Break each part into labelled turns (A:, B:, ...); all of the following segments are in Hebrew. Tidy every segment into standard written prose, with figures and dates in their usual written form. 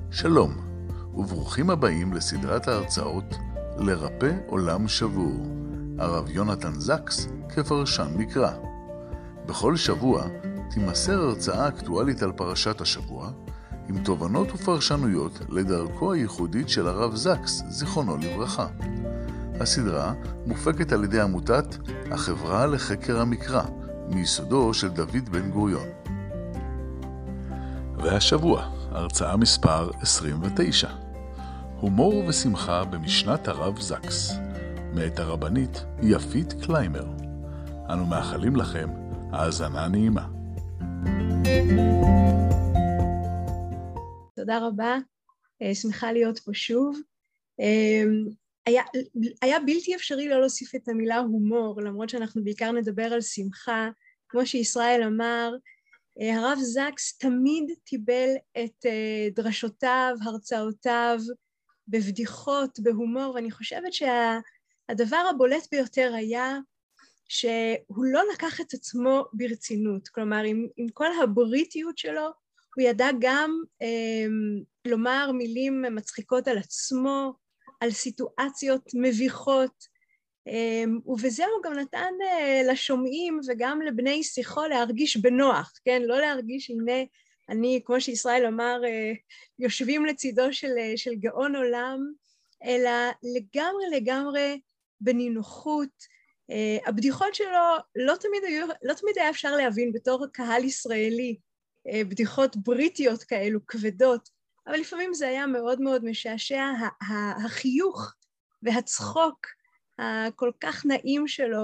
A: שלום, וברוכים הבאים לסדרת ההרצאות לרפא עולם שבור, הרב יונתן זקס כפרשן מקרא. בכל שבוע תימסר הרצאה אקטואלית על פרשת השבוע, עם תובנות ופרשנויות לדרכו הייחודית של הרב זקס, זיכרונו לברכה. הסדרה מופקת על ידי עמותת החברה לחקר המקרא, מיסודו של דוד בן גוריון. והשבוע, הרצאה מספר 29. הומור ושמחה במשנת הרב זקס, מאת הרבנית יפית קליימר. אנו מאחלים לכם האזנה נעימה.
B: תודה רבה, שמחה להיות פה שוב. היה בלתי אפשרי לא להוסיף את המילה הומור, למרות שאנחנו בעיקר נדבר על שמחה. כמו שישראל אמר, הרב זקס תמיד טיבל את דרשותיו, הרצאותיו, בבדיחות, בהומור, ואני חושבת שהדבר הבולט ביותר היה שהוא לא לקח את עצמו ברצינות. כלומר, עם כל הבריטיות שלו, הוא ידע גם לומר מילים מצחיקות על עצמו, על סיטואציות מביכות, ובזה הוא גם נתן לשומעים וגם לבני שיחו להרגיש בנוח, כן? לא להרגיש, הנה, אני, כמו שישראל אמר, יושבים לצידו של גאון עולם, אלא לגמרי בנינוחות. הבדיחות שלו לא תמיד היה אפשר להבין בתור קהל ישראלי, בדיחות בריטיות כאלו, כבדות, אבל לפעמים זה היה מאוד מאוד משעשע. החיוך והצחוק הכל כך נעים שלו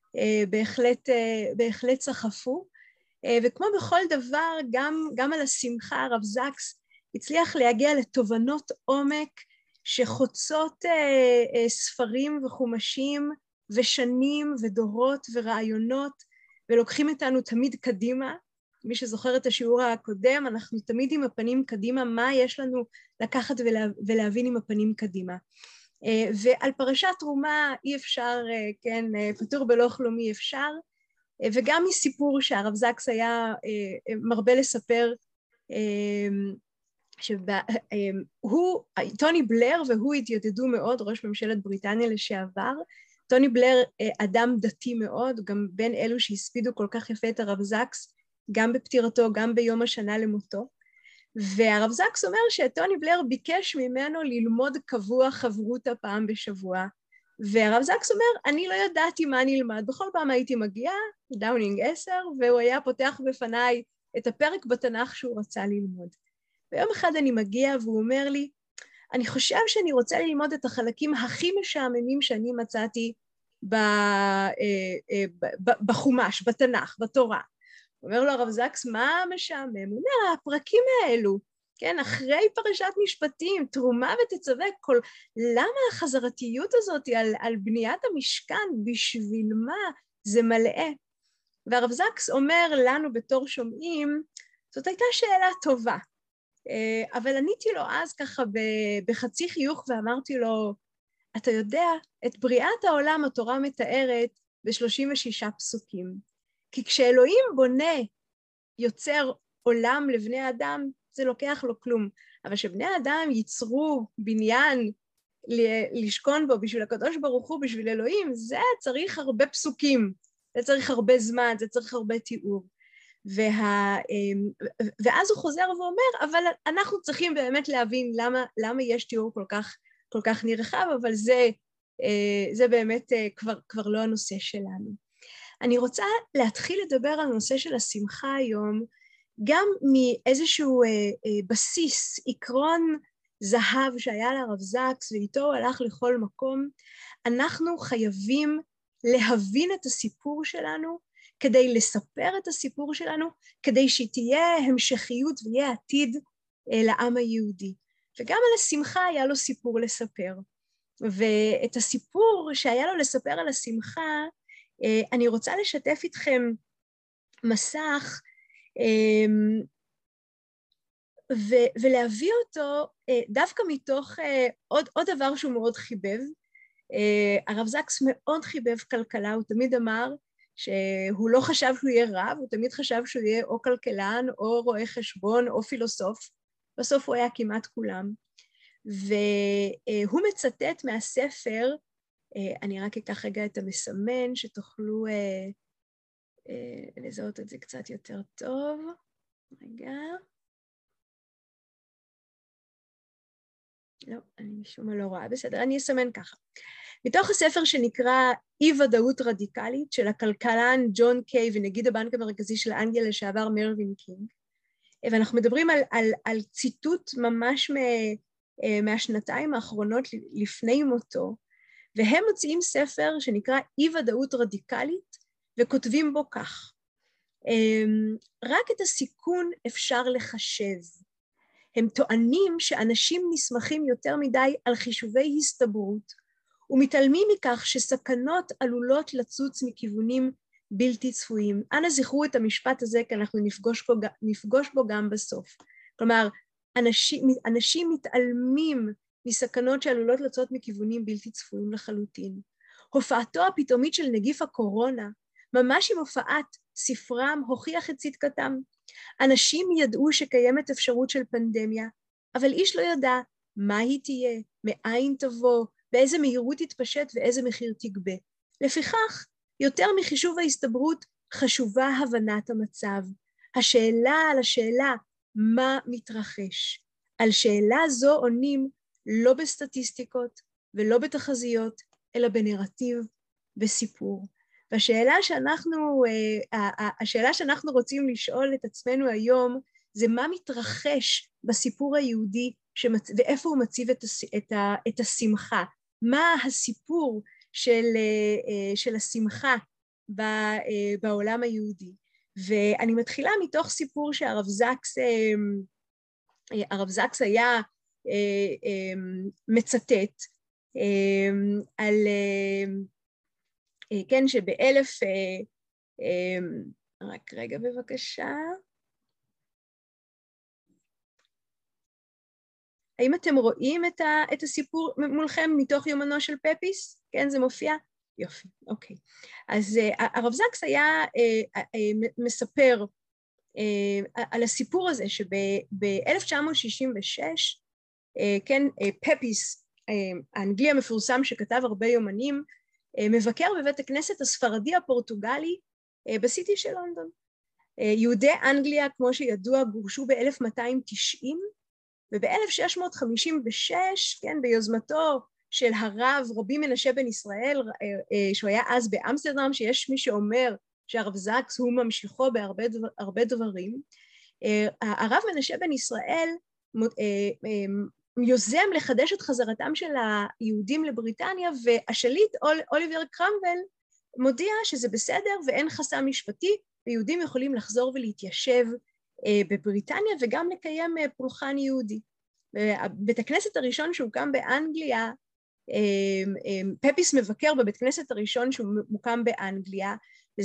B: בהחלט סחפו, וכמו בכל דבר, גם על השמחה, הרב זקס הצליח להגיע לתובנות עומק שחוצות ספרים וחומשים ושנים ודורות ורעיונות, ולוקחים איתנו תמיד קדימה. מי שזוכר את השיעור הקודם, אנחנו תמיד עם הפנים קדימה, מה יש לנו לקחת ולהבין עם הפנים קדימה. ועל פרשת תרומה אי אפשר, כן, פטור בלא כלום אי אפשר, וגם מסיפור שהרב זקס היה מרבה לספר, טוני בלר והוא התיידדו מאוד, ראש ממשלת בריטניה לשעבר. טוני בלר אדם דתי מאוד, גם בין אלו שהספידו כל כך יפה את הרב זקס, גם בפטירתו, גם ביום השנה למותו. והרב זקס אומר שטוני בלר ביקש ממנו ללמוד קבוע חברותה פעם בשבוע, והרב זקס אומר, אני לא ידעתי מה נלמד, בכל פעם הייתי מגיעה, דאונינג 10, והוא היה פותח בפניי את הפרק בתנ"ך שהוא רצה ללמוד. ויום אחד אני מגיעה והוא אומר לי, אני חושב שאני רוצה ללמוד את החלקים הכי משעממים שאני מצאתי בחומש, בתנ"ך, בתורה. אומר לו הרב זקס, מה משעמם? הוא אומר, הפרקים האלו, כן, אחרי פרשת משפטים, תרומה ותצווה, למה החזרתיות הזאת על בניית המשכן, בשביל מה זה מלא? והרב זקס אומר לנו בתור שומעים, זאת הייתה שאלה טובה, אבל עניתי לו אז ככה בחצי חיוך ואמרתי לו, אתה יודע, את בריאת העולם התורה מתארת ב36 פסוקים. כי כשאלוהים בונה, יוצר עולם לבני אדם, זה לוקח לו כלום. אבל שבני אדם ייצרו בניין לשכון בו בשביל הקדוש ברוך הוא, בשביל אלוהים, זה צריך הרבה פסוקים, זה צריך הרבה זמן, זה צריך הרבה תיאור. ואז הוא חוזר ואומר, אבל אנחנו צריכים באמת להבין למה יש תיאור כל כך נרחב, אבל זה באמת כבר לא הנושא שלנו. אני רוצה להתחיל לדבר על הנושא של השמחה היום, גם מאיזשהו בסיס, עקרון זהב שהיה לרב זקס, ואיתו הוא הלך לכל מקום. אנחנו חייבים להבין את הסיפור שלנו, כדי לספר את הסיפור שלנו, כדי שתהיה המשכיות ויהיה עתיד לעם היהודי. וגם על השמחה היה לו סיפור לספר. ואת הסיפור שהיה לו לספר על השמחה, אני רוצה לשתף איתכם מסך ולהביא אותו דווקא מתוך עוד דבר שהוא מאוד חיבב. הרב זקס מאוד חיבב כלכלה, הוא תמיד אמר שהוא לא חשב שהוא יהיה רב, הוא תמיד חשב שהוא יהיה או כלכלן או רואה חשבון או פילוסוף, בסוף הוא היה כמעט כולם. והוא מצטט מהספר, אני רק אקח רגע את המסמן, שתוכלו לזהות את זה קצת יותר טוב. רגע. לא, אני משום מה לא רואה, בסדר, אני אסמן ככה. מתוך הספר שנקרא אי ודאות רדיקלית, של הכלכלן ג'ון קיי ונגיד הבנק המרכזי של אנגליה לשעבר מרווין קינג, ואנחנו מדברים על ציטוט ממש מהשנתיים האחרונות לפני מותו, והם מוציאים ספר שנקרא אי ודאות רדיקלית, וכותבים בו כך, רק את הסיכון אפשר לחשב. הם טוענים שאנשים נסמכים יותר מדי על חישובי הסתברות, ומתעלמים מכך שסכנות עלולות לצוץ מכיוונים בלתי צפויים. אנא זכרו את המשפט הזה, כי אנחנו נפגוש בו גם בסוף. כלומר, אנשים מתעלמים מסכנות שעלולות לצוץ מכיוונים בלתי צפויים לחלוטין. הופעתו הפתאומית של נגיף הקורונה, ממש עם הופעת ספרם, הוכיח את צדקתם. אנשים ידעו שקיימת אפשרות של פנדמיה, אבל איש לא ידע מה היא תהיה, מאין תבוא, באיזה מהירות תתפשט ואיזה מחיר תגבה. לפיכך, יותר מחישוב ההסתברות, חשובה הבנת המצב. השאלה על השאלה, מה מתרחש? על שאלה זו עונים לא בסטטיסטיקות ולא בתחזיות, אלא בנרטיב, בסיפור. והשאלה שאנחנו רוצים לשאול את עצמנו היום, זה מה מתרחש בסיפור היהודי, ואיפה הוא מציב את השמחה. מה הסיפור של השמחה בעולם היהודי. ואני מתחילה מתוך סיפור שהרב זקס היה מצטט על, כן, רק רגע בבקשה. האם אתם רואים את הסיפור מולכם מתוך יומנו של פפיס? כן, זה מופיע? יופי, אוקיי. אז הרב זקס היה מספר על הסיפור הזה שב-1966, כן, פפיס, האנגלי המפורסם שכתב הרבה יומנים, מבקר בבית הכנסת הספרדי הפורטוגלי בסיטי של לונדון. יהודי אנגליה, כמו שידוע, גורשו ב-1290, וב-1656, כן, ביוזמתו של הרב רבי מנשה בן ישראל, שהוא היה אז באמסטרדם, שיש מי שאומר שהרב זקס הוא ממשיכו בהרבה דברים, הרב מנשה בן ישראל יוזם לחדש את חזרתם של היהודים לבריטניה, והשליט אוליבר קרמבל מודיע שזה בסדר ואין חסם משפטי, ויהודים יכולים לחזור ולהתיישב בבריטניה וגם לקיים פולחן יהודי. בית הכנסת הראשון שהוקם באנגליה, פפיס מבקר בבית הכנסת הראשון שמוקם באנגליה,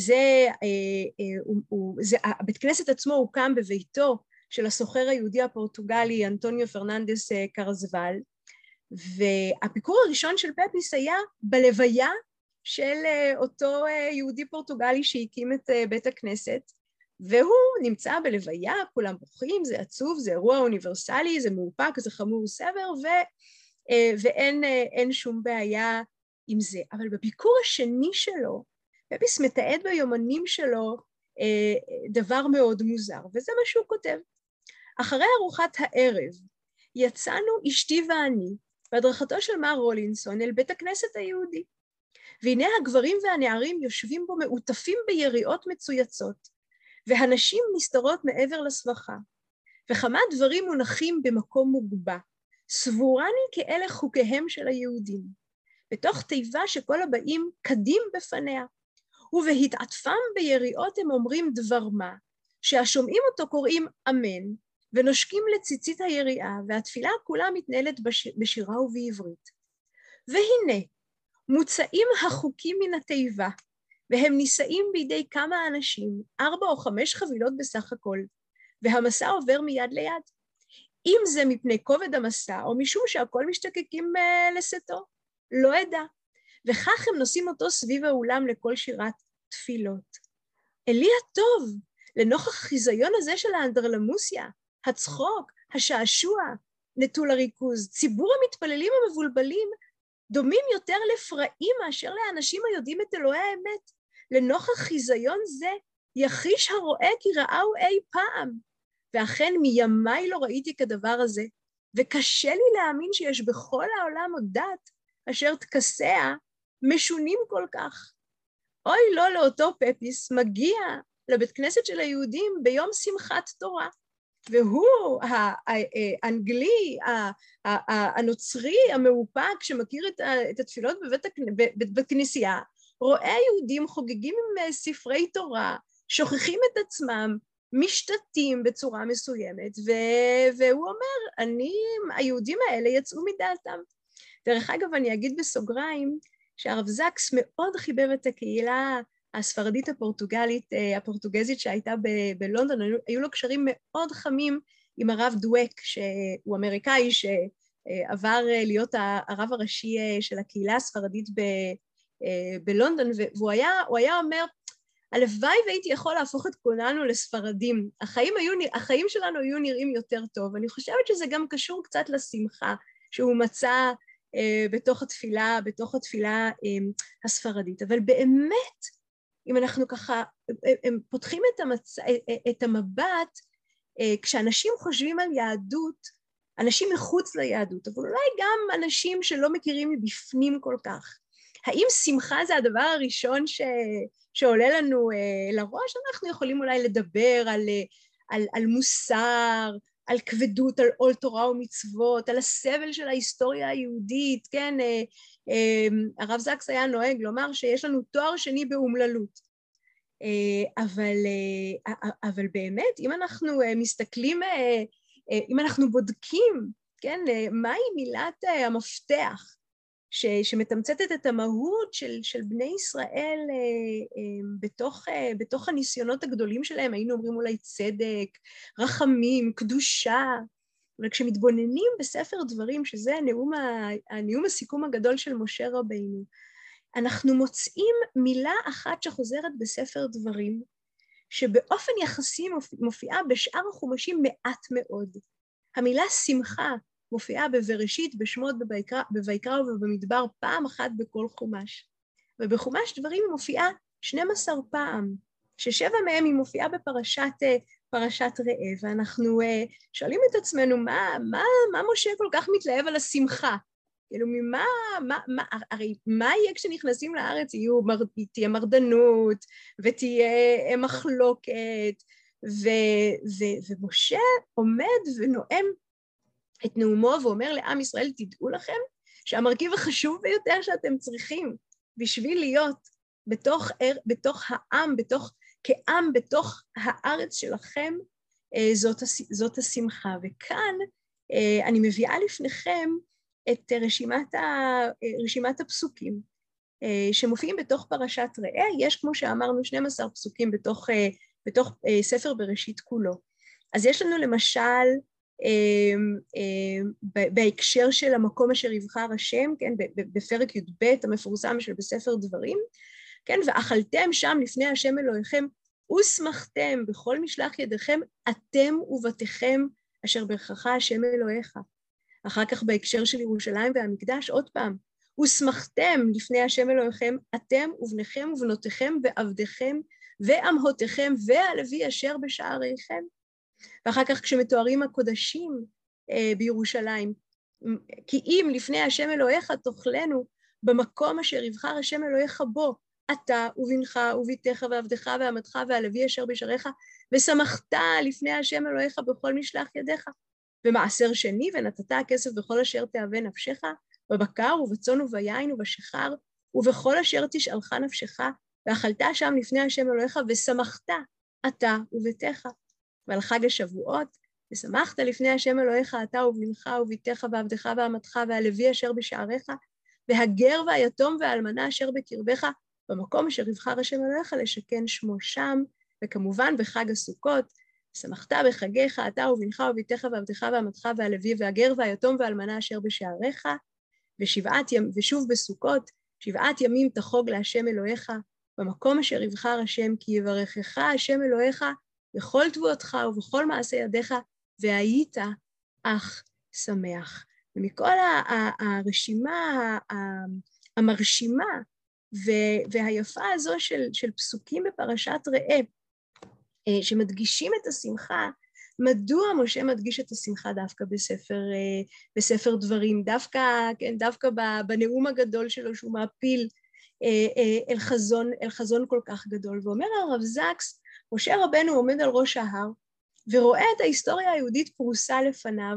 B: הבית כנסת עצמו הוקם בביתו של הסוחר היהודי הפורטוגלי אנטוניו פרננדס קרזבל, והביקור הראשון של פפיס היה בלוויה של אותו יהודי פורטוגלי שהקים את בית הכנסת, והוא נמצא בלוויה, כולם בוכים, זה עצוב, זה אירוע אוניברסלי, זה מאופק, זה חמור סבר, ואין שום בעיה עם זה. אבל בביקור השני שלו, פפיס מתעד ביומנים שלו דבר מאוד מוזר, וזה מה שהוא כותב. אחרי ארוחת הערב, יצאנו אשתי ואני, בהדרכתו של מר רולינסון, אל בית הכנסת היהודי. והנה הגברים והנערים יושבים בו מעוטפים ביריעות מצויצות, והנשים נסתרות מעבר לסבכה, וכמה דברים מונחים במקום מוגבה, סבורני כאלה חוקיהם של היהודים, בתוך תיבה שכל הבאים קדים בפניה, ובהתעטפם ביריעות הם אומרים דבר מה, שהשומעים אותו קוראים אמן, ונושקים לציצית היריעה, והתפילה כולה מתנהלת בשירה ובעברית. והנה, מוצאים החוקים מן התיבה, והם נישאים בידי כמה אנשים, 4 או 5 חבילות בסך הכל, והמסע עובר מיד ליד. אם זה מפני כובד המסע, או משום שהכל משתקקים לשאתו, לא אדע. וכך הם נושאים אותו סביב האולם לכל שירת תפילות. אלי הטוב, לנוכח החיזיון הזה של האנדרלמוסיה, הצחוק, השעשוע נטול הריכוז. ציבור המתפללים המבולבלים דומים יותר לפרעים מאשר לאנשים היודעים את אלוהי האמת. לנוכח חיזיון זה, יחיש הרואה כי ראהו אי פעם. ואכן מימיי לא ראיתי כדבר הזה, וקשה לי להאמין שיש בכל העולם עוד דת, אשר תכסיה משונים כל כך. אוי לא לאותו פפיס מגיע לבית כנסת של היהודים ביום שמחת תורה, והוא האנגלי, הנוצרי, המאופק, שמכיר את התפילות בכנסייה, רואה יהודים חוגגים עם ספרי תורה, שוכחים את עצמם, משתתים בצורה מסוימת, והוא אומר, היהודים האלה יצאו מדעתם. דרך אגב, אני אגיד בסוגריים, שהרב זקס מאוד חיבב את הקהילה הספרדית הפורטוגזית שהייתה בלונדון, היו לו קשרים מאוד חמים עם הרב דואק, שהוא אמריקאי, שעבר להיות הרב הראשי של הקהילה הספרדית בלונדון, והוא היה אומר, הלוואי והייתי יכול להפוך את כולנו לספרדים, החיים שלנו היו נראים יותר טוב, אני חושבת שזה גם קשור קצת לשמחה שהוא מצא בתוך התפילה הספרדית, אבל באמת, אם אנחנו ככה פותחים את המבט, כשאנשים חושבים על יהדות, אנשים מחוץ ליהדות, אבל אולי גם אנשים שלא מכירים מבפנים כל כך, האם שמחה זה הדבר הראשון שעולה לנו לראש? אנחנו יכולים אולי לדבר על מוסר, על כבדות, על עול תורה ומצוות, על הסבל של ההיסטוריה היהודית, כן? הרב זקס היה נוהג לומר שיש לנו תואר שני באומללות. אבל באמת, אם אנחנו מסתכלים, אם אנחנו בודקים, כן, מהי מילת המפתח שמתמצתת את המהות של בני ישראל בתוך הניסיונות הגדולים שלהם, היינו אומרים אולי צדק, רחמים, קדושה, אבל כשמתבוננים בספר דברים, שזה הנאום הסיכום הגדול של משה רבינו, אנחנו מוצאים מילה אחת שחוזרת בספר דברים, שבאופן יחסי מופיעה בשאר החומשים מעט מאוד. המילה שמחה מופיעה בבראשית, בשמות, בויקרא ובמדבר פעם אחת בכל חומש. ובחומש דברים היא מופיעה 12 פעם, ש7 מהם היא מופיעה בפרשת ראה, ואנחנו שואלים את עצמנו, מה משה כל כך מתלהב על השמחה? כאילו, הרי מה יהיה כשנכנסים לארץ? תהיה מרדנות, ותהיה מחלוקת, ומשה עומד ונואם את נאומו ואומר לעם ישראל, תדעו לכם שהמרכיב החשוב ביותר שאתם צריכים בשביל להיות בתוך העם, כעם בתוך הארץ שלכם, זאת השמחה. וכאן אני מביאה לפניכם את רשימת הפסוקים שמופיעים בתוך פרשת ראה. יש, כמו שאמרנו, 12 פסוקים בתוך ספר בראשית כולו. אז יש לנו למשל, בהקשר של המקום אשר יבחר השם, כן, בפרק י"ב המפורסם של בספר דברים, כן, ואכלתם שם לפני השם אלוהיכם, ושמחתם בכל משלח ידיכם, אתם ובתיכם אשר ברכך השם אלוהיך. אחר כך בהקשר של ירושלים והמקדש, עוד פעם, ושמחתם לפני השם אלוהיכם, אתם ובניכם ובנותיכם ועבדיכם ואמהותיכם והלוי אשר בשעריכם. ואחר כך כשמתוארים הקודשים בירושלים, כי אם לפני השם אלוהיך תאכלנו במקום אשר יבחר השם אלוהיך בו, אתה ובנך וביתך ועבדך ואמתך והלוי אשר בשעריך, ושמחת לפני השם אלוהיך בכל משלח ידיך. ומעשר שני, ונתת הכסף בכל אשר תאווה נפשך, בבקר ובצאן וביין ובשיכר, ובכל אשר תשאלך נפשך, ואכלת שם לפני השם אלוהיך, ושמחת אתה וביתך. ועל חג השבועות, ושמחת לפני השם אלוהיך, אתה ובנך וביתך ועבדך ואמתך והלוי אשר בשעריך, והגר והיתום והאלמנה אשר בקרבך, במקום אשר יבחר השם אלוהיך לשכן שמו שם, וכמובן בחג הסוכות, שמחת בחגיך, אתה ובנך וביתך ועבדך ואמתך והלוי והגר והיתום והאלמנה אשר בשעריך, ושוב בסוכות, 7 ימים תחוג להשם אלוהיך, במקום אשר יבחר השם, כי יברכך השם אלוהיך בכל תבואתך ובכל מעשה ידיך, והיית אך שמח. ומכל הרשימה המרשימה והיפה הזו של פסוקים בפרשת ראה, שמדגישים את השמחה, מדוע משה מדגיש את השמחה דווקא בספר דברים, דווקא בנאום הגדול שלו שהוא מעפיל אל חזון כל כך גדול. ואומר הרב זקס, משה רבנו עומד על ראש ההר, ורואה את ההיסטוריה היהודית פרוסה לפניו,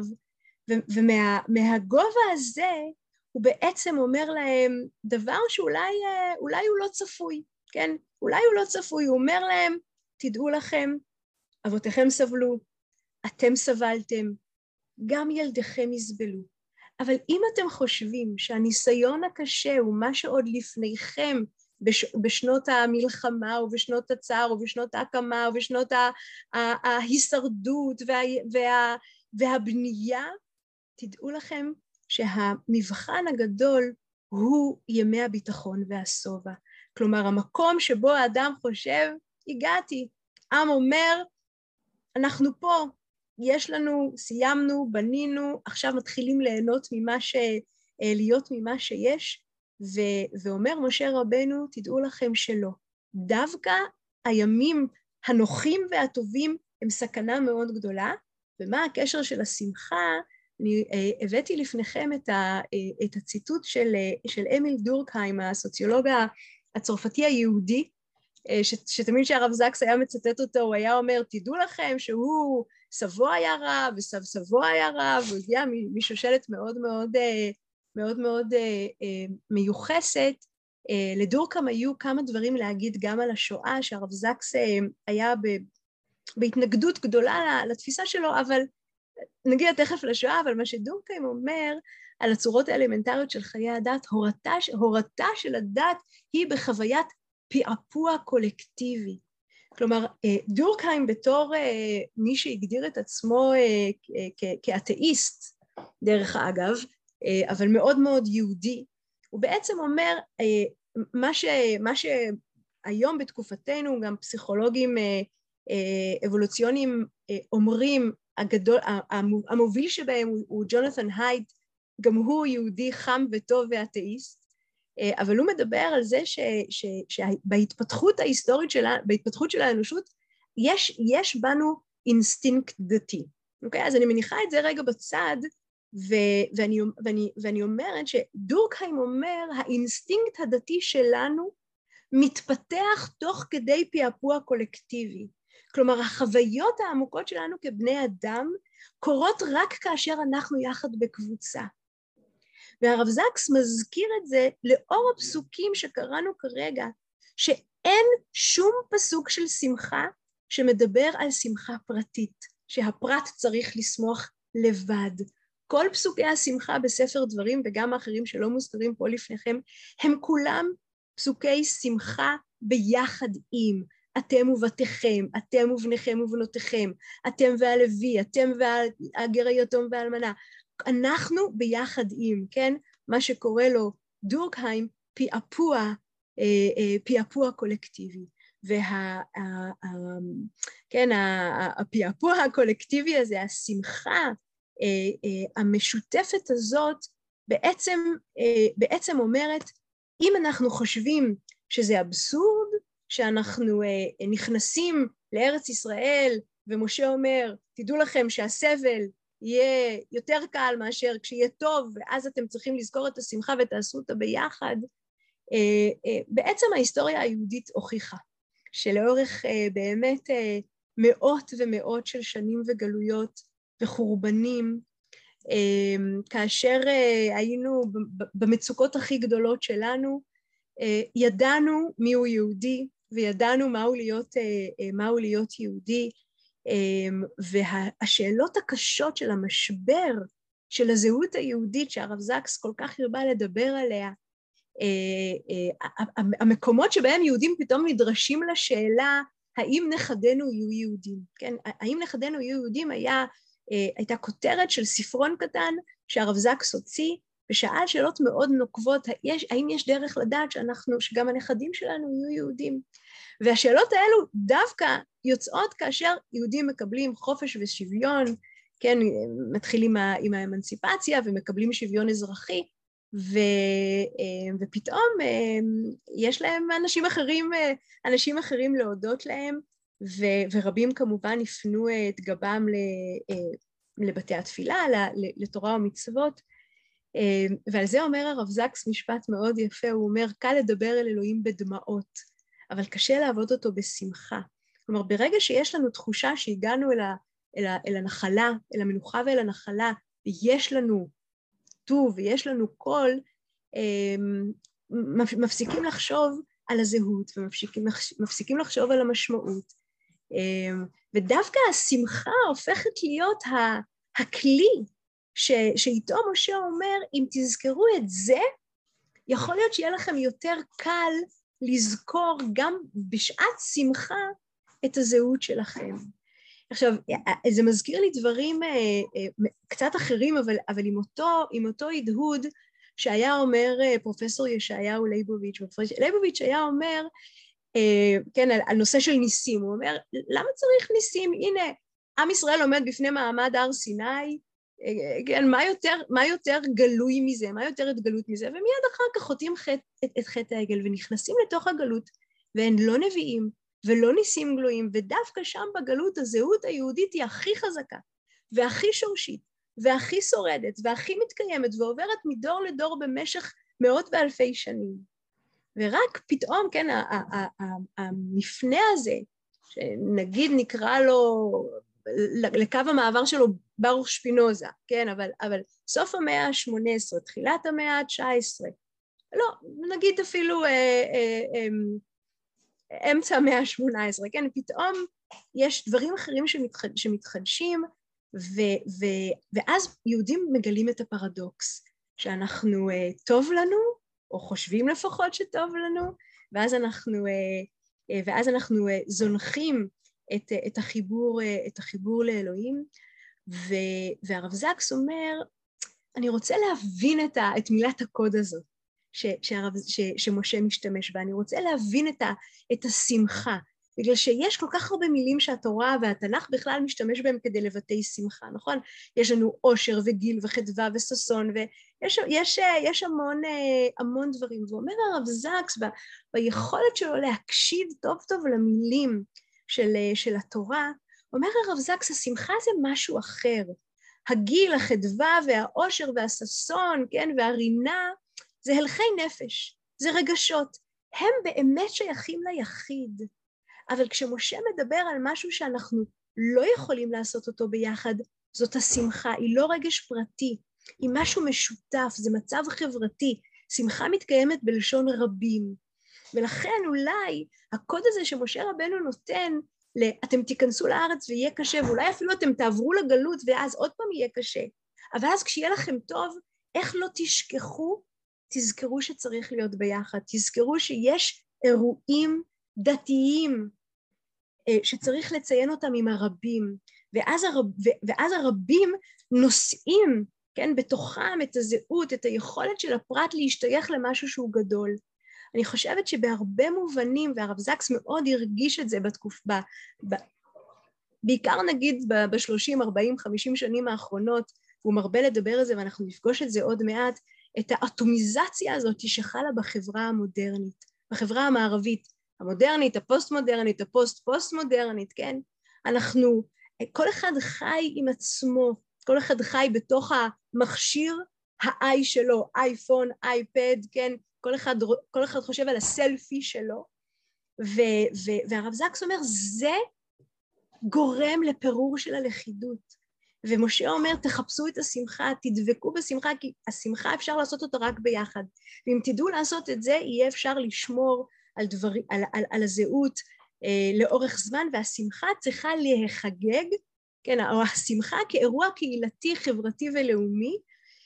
B: ומהגובה הזה הוא בעצם אומר להם דבר שאולי הוא לא צפוי, כן? אולי הוא לא צפוי, הוא אומר להם, תדעו לכם, אבותיכם סבלו, אתם סבלתם, גם ילדיכם יסבלו. אבל אם אתם חושבים שהניסיון הקשה הוא מה שעוד לפניכם בשנות המלחמה ובשנות הצער ובשנות ההקמה ובשנות ההישרדות והבנייה, תדעו לכם שהמבחן הגדול הוא ימי הביטחון והשובע. כלומר, המקום שבו האדם חושב, הגעתי. עם אומר, אנחנו פה, יש לנו, סיימנו, בנינו, עכשיו מתחילים ליהנות להיות ממה שיש, ואומר משה רבנו, תדעו לכם שלא. דווקא הימים הנוחים והטובים הם סכנה מאוד גדולה, ומה הקשר של השמחה? אני הבאתי לפניכם את הציטוט של אמיל דורקהיים, הסוציולוג הצרפתי היהודי, שתמיד שהרב זקס היה מצטט אותו, הוא היה אומר, תדעו לכם שהוא סבו היה רב, וסב סבו היה רב, הוא הגיע משושלת מאוד מאוד, מאוד מאוד מיוחסת. לדורקהיים היו כמה דברים להגיד גם על השואה, שהרב זקס היה בהתנגדות גדולה לתפיסה שלו, אבל נגיע תכף לשואה, אבל מה שדורקהיים אומר על הצורות האלמנטריות של חיי הדת, הורתה של הדת היא בחוויית פעפוע קולקטיבי. כלומר, דורקהיים בתור מי שהגדיר את עצמו כאתאיסט, דרך אגב, אבל מאוד מאוד יהודי, הוא בעצם אומר, מה שהיום בתקופתנו, גם פסיכולוגים אבולוציוניים אומרים, המוביל שבהם הוא ג'ונתן הייד, גם הוא יהודי חם וטוב ואתאיסט, אבל הוא מדבר על זה שבהתפתחות ההיסטורית בהתפתחות של האנושות, יש בנו אינסטינקט דתי. אוקיי? אז אני מניחה את זה רגע בצד, ואני אומרת שדורקהיים אומר, האינסטינקט הדתי שלנו מתפתח תוך כדי פעפוע קולקטיבי. כלומר, החוויות העמוקות שלנו כבני אדם קורות רק כאשר אנחנו יחד בקבוצה. והרב זקס מזכיר את זה לאור הפסוקים שקראנו כרגע, שאין שום פסוק של שמחה שמדבר על שמחה פרטית, שהפרט צריך לשמוח לבד. כל פסוקי השמחה בספר דברים וגם האחרים שלא מוזכרים פה לפניכם, הם כולם פסוקי שמחה ביחד עם אתם ובתיכם, אתם ובניכם ובנותיכם, אתם והלוי, אתם והגר היתום והאלמנה. אנחנו ביחד עם, כן? מה שקורא לו דורקהיים, פעפוע קולקטיבי. כן, הפעפוע הקולקטיבי הזה, השמחה המשותפת הזאת, בעצם אומרת, אם אנחנו חושבים שזה אבסורד, שאנחנו נכנסים לארץ ישראל, ומשה אומר, תדעו לכם שהסבל יהיה יותר קל מאשר כשיהיה טוב, ואז אתם צריכים לזכור את השמחה ותעשו אותה ביחד. בעצם ההיסטוריה היהודית הוכיחה, שלאורך באמת מאות ומאות של שנים וגלויות וחורבנים, כאשר היינו במצוקות הכי גדולות שלנו, ידענו מיהו יהודי, וידענו מהו להיות יהודי, והשאלות הקשות של המשבר, של הזהות היהודית שהרב זקס כל כך הרבה לדבר עליה, המקומות שבהם יהודים פתאום נדרשים לשאלה, האם נכדינו יהיו יהודים? כן? האם נכדינו יהיו יהודים הייתה כותרת של ספרון קטן שהרב זקס הוציא, ושאל שאלות מאוד נוקבות, האם יש דרך לדעת שגם הנכדים שלנו יהיו יהודים? והשאלות האלו דווקא יוצאות כאשר יהודים מקבלים חופש ושוויון, כן, מתחילים עם האמנציפציה ומקבלים שוויון אזרחי, ופתאום יש להם אנשים אחרים להודות להם, ורבים כמובן הפנו את גבם לבתי התפילה, לתורה ומצוות, ועל זה אומר הרב זקס משפט מאוד יפה, הוא אומר, קל לדבר אל אלוהים בדמעות, אבל קשה לעבוד אותו בשמחה. כלומר, ברגע שיש לנו תחושה שהגענו אל הנחלה, אל המנוחה ואל הנחלה, ויש לנו טוב ויש לנו קול, מפסיקים לחשוב על הזהות, ומפסיקים לחשוב על המשמעות. ודווקא השמחה הופכת להיות הכלי שאיתו משה אומר, אם תזכרו את זה, יכול להיות שיהיה לכם יותר קל לזכור גם בשעת שמחה את הזהות שלכם. עכשיו, זה מזכיר לי דברים קצת אחרים, אבל עם אותו הדהוד שהיה אומר פרופסור ישעיהו ליבוביץ'. ליבוביץ' היה אומר, כן, על נושא של ניסים, הוא אומר, למה צריך ניסים? הנה, עם ישראל עומד בפני מעמד הר סיני, כן, מה יותר גלוי מזה, מה יותר התגלות מזה, ומיד אחר כך חוטאים את חטא העגל, ונכנסים לתוך הגלות, והם לא נביאים, ולא ניסים גלויים, ודווקא שם בגלות הזהות היהודית היא הכי חזקה, והכי שורשית, והכי שורדת, והכי מתקיימת, ועוברת מדור לדור במשך מאות ואלפי שנים. ורק פתאום, כן, המפנה הזה, שנגיד נקרא לו, לקו המעבר שלו ברוך שפינוזה, כן, אבל סוף המאה ה-18, תחילת המאה ה-19, לא, נגיד אפילו אמצע המאה ה-18, כן, פתאום יש דברים אחרים שמתחדשים, ואז יהודים מגלים את הפרדוקס, שאנחנו טוב לנו, או חושבים לפחות שטוב לנו, ואז אנחנו זונחים את החיבור לאלוהים, והרב זקס אומר, אני רוצה להבין את מילת הקוד הזאת, שמשה משתמש בה, אני רוצה להבין את השמחה, בגלל שיש כל כך הרבה מילים שהתורה והתנ"ך בכלל משתמש בהם כדי לבטא שמחה, נכון? יש לנו עושר וגיל וחדווה וששון, ויש המון דברים, ואומר הרב זקס ביכולת שלו להקשיב טוב טוב למילים של התורה, אומר הרב זקס, השמחה זה משהו אחר, הגיל, החדווה והעושר והששון, כן, והרינה, זה הלכי נפש, זה רגשות, הם באמת שייכים ליחיד, אבל כשמשה מדבר על משהו שאנחנו לא יכולים לעשות אותו ביחד, זאת השמחה, היא לא רגש פרטי, היא משהו משותף, זה מצב חברתי, שמחה מתקיימת בלשון רבים, ולכן אולי הקוד הזה שמשה רבנו נותן, אתם תיכנסו לארץ ויהיה קשה, ואולי אפילו אתם תעברו לגלות ואז עוד פעם יהיה קשה, אבל אז כשיהיה לכם טוב, איך לא תשכחו, תזכרו שצריך להיות ביחד, תזכרו שיש אירועים דתיים שצריך לציין אותם עם הרבים, ואז הרבים נושאים, כן, בתוכם את הזהות, את היכולת של הפרט להשתייך למשהו שהוא גדול. אני חושבת שבהרבה מובנים, והרב זקס מאוד הרגיש את זה בעיקר נגיד ב-30, 40, 50 שנים האחרונות, הוא מרבה לדבר על זה ואנחנו נפגוש את זה עוד מעט, את האטומיזציה הזאת שחלה בחברה המודרנית, בחברה המערבית, המודרנית, הפוסט-מודרנית, הפוסט-פוסט-מודרנית, כן? כל אחד חי עם עצמו, כל אחד חי בתוך המכשיר ה-i שלו, אייפון, אייפד, כן? כל אחד חושב על הסלפי שלו, והרב זקס אומר, זה גורם לפירור של הלכידות. ומשה אומר, תחפשו את השמחה, תדבקו בשמחה, כי השמחה אפשר לעשות אותה רק ביחד. ואם תדעו לעשות את זה, יהיה אפשר לשמור על הזהות לאורך זמן, והשמחה צריכה להיחגג, כן, או השמחה כאירוע קהילתי, חברתי ולאומי,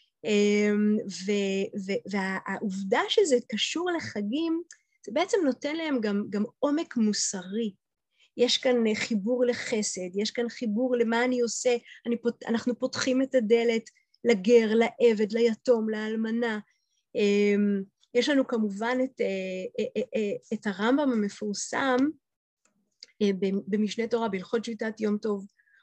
B: והעובדה שזה קשור לחגים, זה בעצם נותן להם גם עומק מוסרי. יש כאן חיבור לחסד, יש כאן חיבור למה אני עושה, אנחנו פותחים את הדלת לגר, לעבד, ליתום, לאלמנה. יש לנו כמובן את הרמב"ם המפורסם במשנה תורה, בהלכות שביתת יום טוב,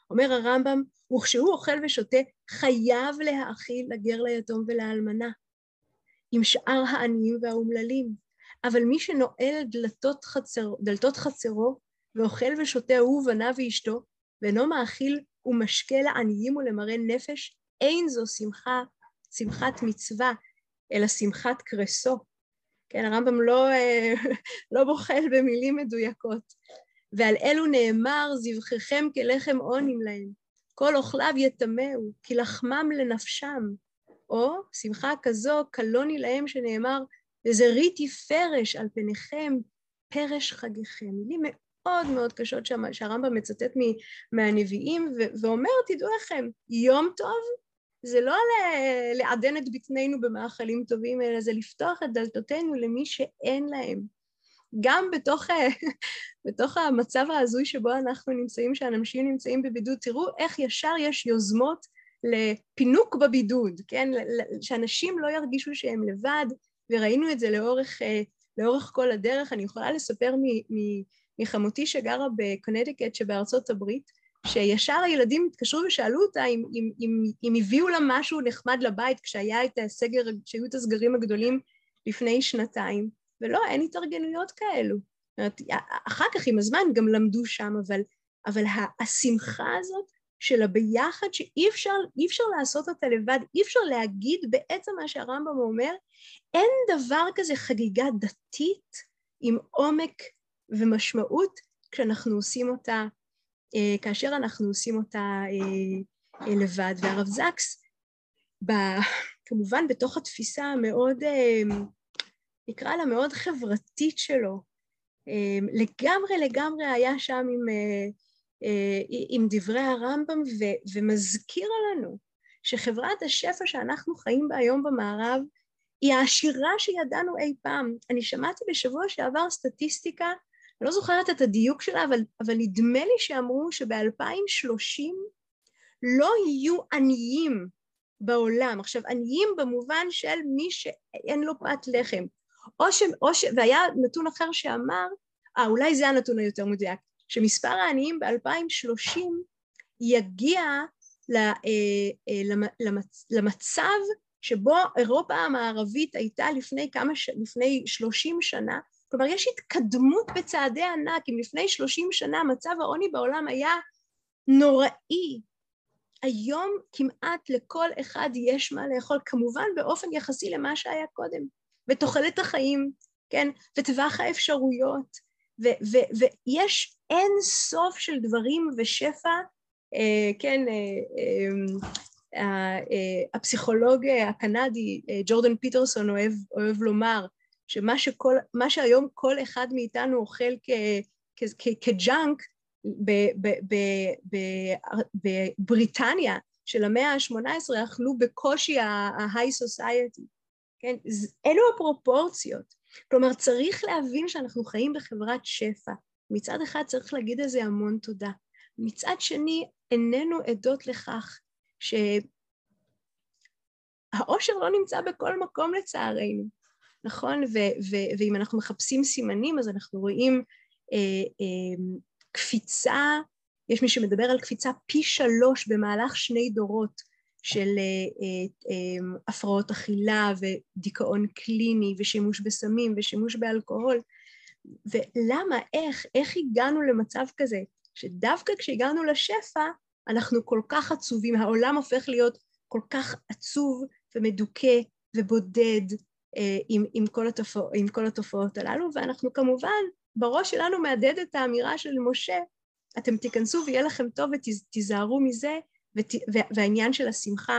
B: אומר הרמב"ם, וכשהוא אוכל ושותה, חייב להאכיל לגר ליתום ולאלמנה, עם שאר העניים והאומללים. אבל מי שנועל דלתות חצרו, ואוכל ושותה הוא ובניו ואשתו, ואינו מאכיל ומשקה לעניים ולמראה נפש, אין זו שמחת מצווה, אלא שמחת קרסו. כן, הרמב"ם לא בוחל במילים מדויקות. ועל אלו נאמר, זבחיכם כלחם עונים להם, כל אוכליו יטמאו, כי לחמם לנפשם. או שמחה כזו, קלוני להם שנאמר, וזריתי פרש על פניכם, פרש חגיכם. מילים מאוד מאוד קשות שהרמב"ם מצטט מהנביאים, ואומר, תדעו לכם, יום טוב, זה לא לעדן את בטנינו במאכלים טובים, אלא זה לפתוח את דלתותינו למי שאין להם. גם בתוך המצב ההזוי שבו אנחנו נמצאים, שאנשים נמצאים בבידוד, תראו איך ישר יש יוזמות לפינוק בבידוד, כן? שאנשים לא ירגישו שהם לבד, וראינו את זה לאורך כל הדרך. אני יכולה לספר מחמותי שגרה בקונטיקט שבארצות הברית, שישר הילדים התקשרו ושאלו אותה אם הביאו לה משהו נחמד לבית, כשהיו את הסגרים הגדולים לפני שנתיים, ולא, אין התארגנויות כאלו. אחר כך עם הזמן גם למדו שם, אבל השמחה הזאת של הביחד, שאי אפשר לעשות אותה לבד, אי אפשר להגיד בעצם מה שהרמב"ם אומר, אין דבר כזה חגיגה דתית עם עומק ומשמעות כאשר אנחנו עושים אותה לבד. והרב זקס, כמובן בתוך התפיסה המאוד, נקרא לה מאוד חברתית שלו, לגמרי היה שם עם דברי הרמב"ם, ומזכיר לנו שחברת השפע שאנחנו חיים בה היום במערב, היא העשירה שידענו אי פעם. אני שמעתי בשבוע שעבר סטטיסטיקה, אני לא זוכרת את הדיוק שלה, אבל נדמה לי שאמרו שב-2030 לא יהיו עניים בעולם. עכשיו, עניים במובן של מי שאין לו פת לחם. והיה נתון אחר שאמר, אולי זה הנתון היותר מדויק, שמספר העניים ב-2030 יגיע למצב שבו אירופה המערבית הייתה לפני 30 שנה, כלומר יש התקדמות בצעדי ענק. אם לפני 30 שנה מצב העוני בעולם היה נוראי, היום כמעט לכל אחד יש מה לאכול, כמובן באופן יחסי למה שהיה קודם, ותוחלת החיים, כן, וטווח האפשרויות, ויש אין סוף של דברים ושפע, כן, הפסיכולוג הקנדי ג'ורדן פיטרסון אוהב לומר, שמה שהיום כל אחד מאיתנו אוכל כג'אנק, בבריטניה של המאה ה-18 אכלו בקושי ה-high society, כן? אלו הפרופורציות. כלומר, צריך להבין שאנחנו חיים בחברת שפע. מצד אחד צריך להגיד איזה המון תודה. מצד שני, איננו עדות לכך שהאושר לא נמצא בכל מקום לצערנו, נכון? ואם אנחנו מחפשים סימנים, אז אנחנו רואים קפיצה, יש מי שמדבר על קפיצה פי 3 במהלך 2 דורות של הפרעות אכילה ודיכאון קליני ושימוש בסמים ושימוש באלכוהול. ולמה, איך הגענו למצב כזה, שדווקא כשהגענו לשפע, אנחנו כל כך עצובים, העולם הופך להיות כל כך עצוב ומדוכא ובודד עם כל התופעות הללו, ואנחנו כמובן בראש שלנו מהדהד את האמירה של משה, אתם תיכנסו ויהיה לכם טוב ותיזהרו מזה, והעניין של השמחה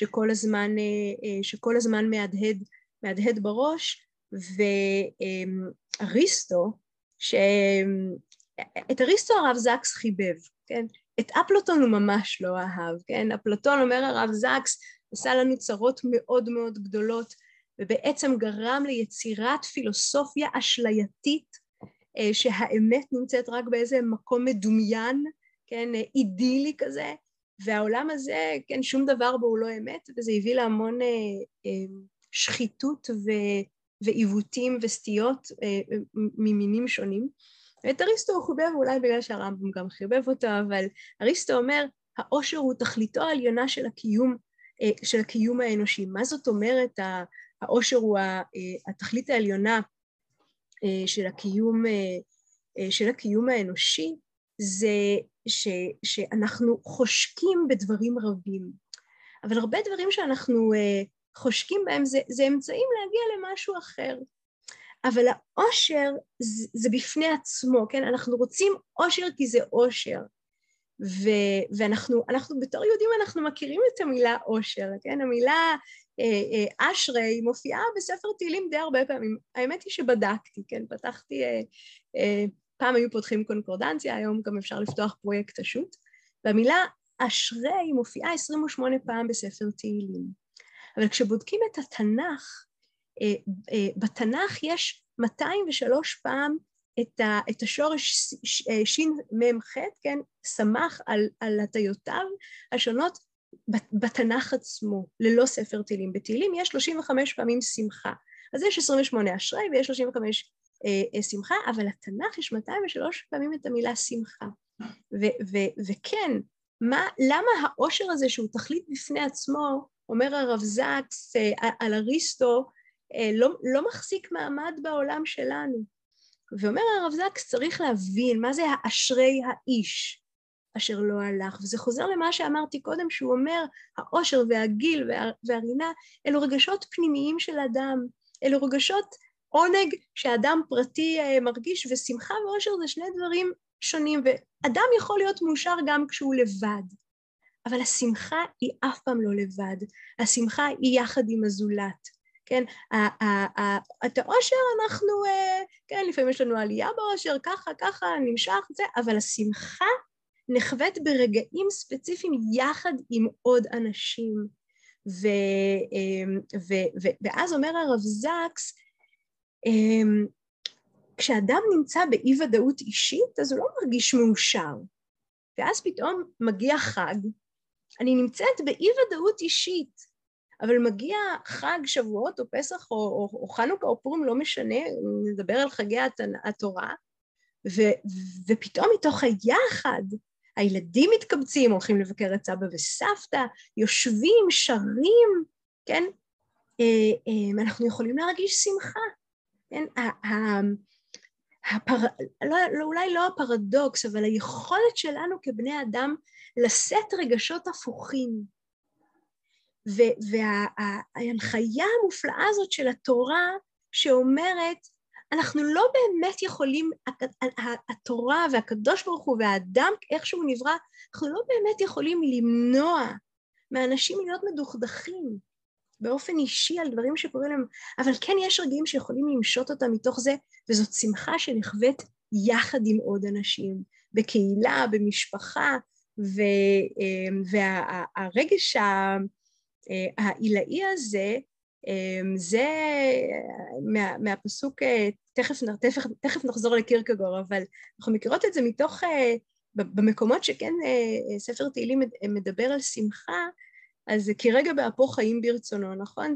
B: שכל הזמן מהדהד בראש. ואריסטו, את אריסטו הרב זקס חיבב, כן? את אפלטון הוא ממש לא אהב, כן? אפלטון, אומר הרב זקס, עשה לנו צרות מאוד מאוד גדולות, ובעצם גרם ליצירת פילוסופיה אשלייתית, שהאמת נמצאת רק באיזה מקום מדומיין, כן, אידילי כזה, והעולם הזה, כן, שום דבר בו הוא לא אמת, וזה הביא להמון שחיתות ועיוותים וסטיות ממינים שונים. את אריסטו הוא חובב, אולי בגלל שהרמב"ם גם חיבב אותו, אבל אריסטו אומר, העושר הוא תכליתו העליונה של הקיום האנושי. מה זאת אומרת, העושר הוא התכלית העליונה של הקיום האנושי? זה שאנחנו חושקים בדברים רבים, אבל הרבה דברים שאנחנו חושקים בהם זה אמצעים להגיע למשהו אחר. אבל העושר זה בפני עצמו, כן? אנחנו רוצים עושר כי זה עושר. ואנחנו בתור יהודים אנחנו מכירים את המילה עושר, כן? המילה אשרי מופיעה בספר תהילים די הרבה פעמים. האמת היא שבדקתי, כן? פתחתי, פעם היו פותחים קונקורדנציה, היום גם אפשר לפתוח פרויקט השו"ת, והמילה אשרי מופיעה 28 פעם בספר תהילים. אבל כשבודקים את התנ"ך, בתנ"ך יש 203 פעם את השורש שין מם ח', כן, שמח על הטיותיו השונות בתנ"ך עצמו, ללא ספר תהילים. בתהילים יש 35 פעמים שמחה, אז יש 28 אשרי ויש 35 שמחה, אבל התנ"ך יש 203 פעמים את המילה שמחה. וכן, למה העושר הזה שהוא תכלית בפני עצמו, אומר הרב זקס על אריסטו, לא מחזיק מעמד בעולם שלנו? ואומר הרב זקס, צריך להבין מה זה האשרי האיש אשר לא הלך, וזה חוזר למה שאמרתי קודם, שהוא אומר, העושר והגיל והרינה, אלו רגשות פנימיים של אדם, אלו רגשות עונג שאדם פרטי מרגיש, ושמחה ועושר זה שני דברים שונים, ואדם יכול להיות מאושר גם כשהוא לבד, אבל השמחה היא אף פעם לא לבד, השמחה היא יחד עם הזולת. כן, את העושר אנחנו, כן, לפעמים יש לנו עלייה בעושר, ככה, נמשך זה, אבל השמחה נחוות ברגעים ספציפיים יחד עם עוד אנשים. ואז אומר הרב זקס, כשאדם נמצא באי ודאות אישית, אז הוא לא מרגיש מאושר. ואז פתאום מגיע חג, אני נמצאת באי ודאות אישית, אבל מגיע חג שבועות או פסח או חנוכה או פורים, לא משנה, נדבר על חגי התורה, ופתאום מתוך היחד, הילדים מתקבצים, הולכים לבקר את סבא וסבתא, יושבים, שרים, כן? אנחנו יכולים להרגיש שמחה, כן? אולי לא הפרדוקס, אבל היכולת שלנו כבני אדם לשאת רגשות הפוכים, וההנחיה המופלאה הזאת של התורה שאומרת, אנחנו לא באמת יכולים, התורה והקדוש ברוך הוא והאדם איך שהוא נברא, אנחנו לא באמת יכולים למנוע מאנשים להיות מדוכדכים באופן אישי על דברים שקורים להם, אבל כן יש רגעים שיכולים למשות אותם מתוך זה, וזאת שמחה שנחוות יחד עם עוד אנשים, בקהילה, במשפחה, והרגש העילאי הזה, זה מהפסוק, תכף נחזור לקירקגור, אבל אנחנו מכירות את זה מתוך, במקומות שכן ספר תהילים מדבר על שמחה, אז כי רגע באפו חיים ברצונו, נכון?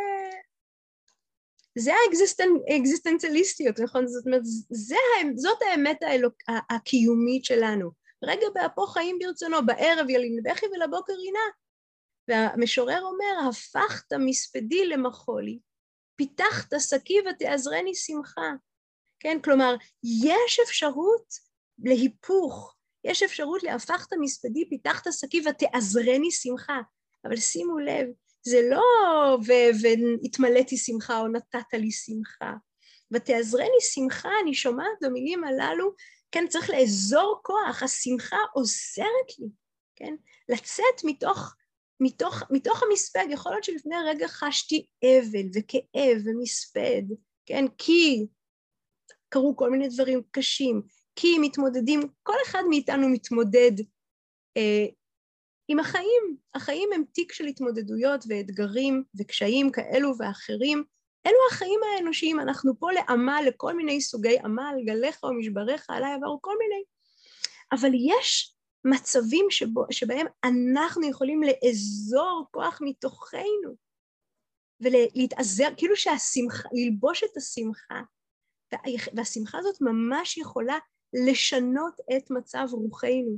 B: זה האקזיסטנציאליסטיות, נכון? זאת אומרת, זאת האמת הקיומית שלנו. רגע באפו חיים ברצונו, בערב ילין בכי ולבוקר רינה. והמשורר אומר, הפכת מספדי למחולי, פיתחת שקי ותעזרני שמחה. כן, כלומר, יש אפשרות להיפוך, יש אפשרות להפכת מספדי, פיתחת שקי ותעזרני שמחה. אבל שימו לב, זה לא והתמלאתי שמחה או נתת לי שמחה. ותעזרני שמחה, אני שומעת במילים הללו, כן, צריך לאזור כוח, השמחה עוזרת לי, כן, לצאת מתוך המספד. יכול להיות שלפני רגע חשתי אבל וכאב ומספד, כן, כי קרו כל מיני דברים קשים, כי מתמודדים, כל אחד מאיתנו מתמודד עם החיים. החיים הם תיק של התמודדויות ואתגרים וקשיים כאלו ואחרים. אלו החיים האנושיים, אנחנו פה לעמל, לכל מיני סוגי עמל, גליך או משבריך עליי עברו כל מיני. אבל יש מצבים שבהם אנחנו יכולים לאזור כוח מתוכנו, ולהתעזר, כאילו שהשמחה, ללבוש את השמחה, והשמחה הזאת ממש יכולה לשנות את מצב רוחנו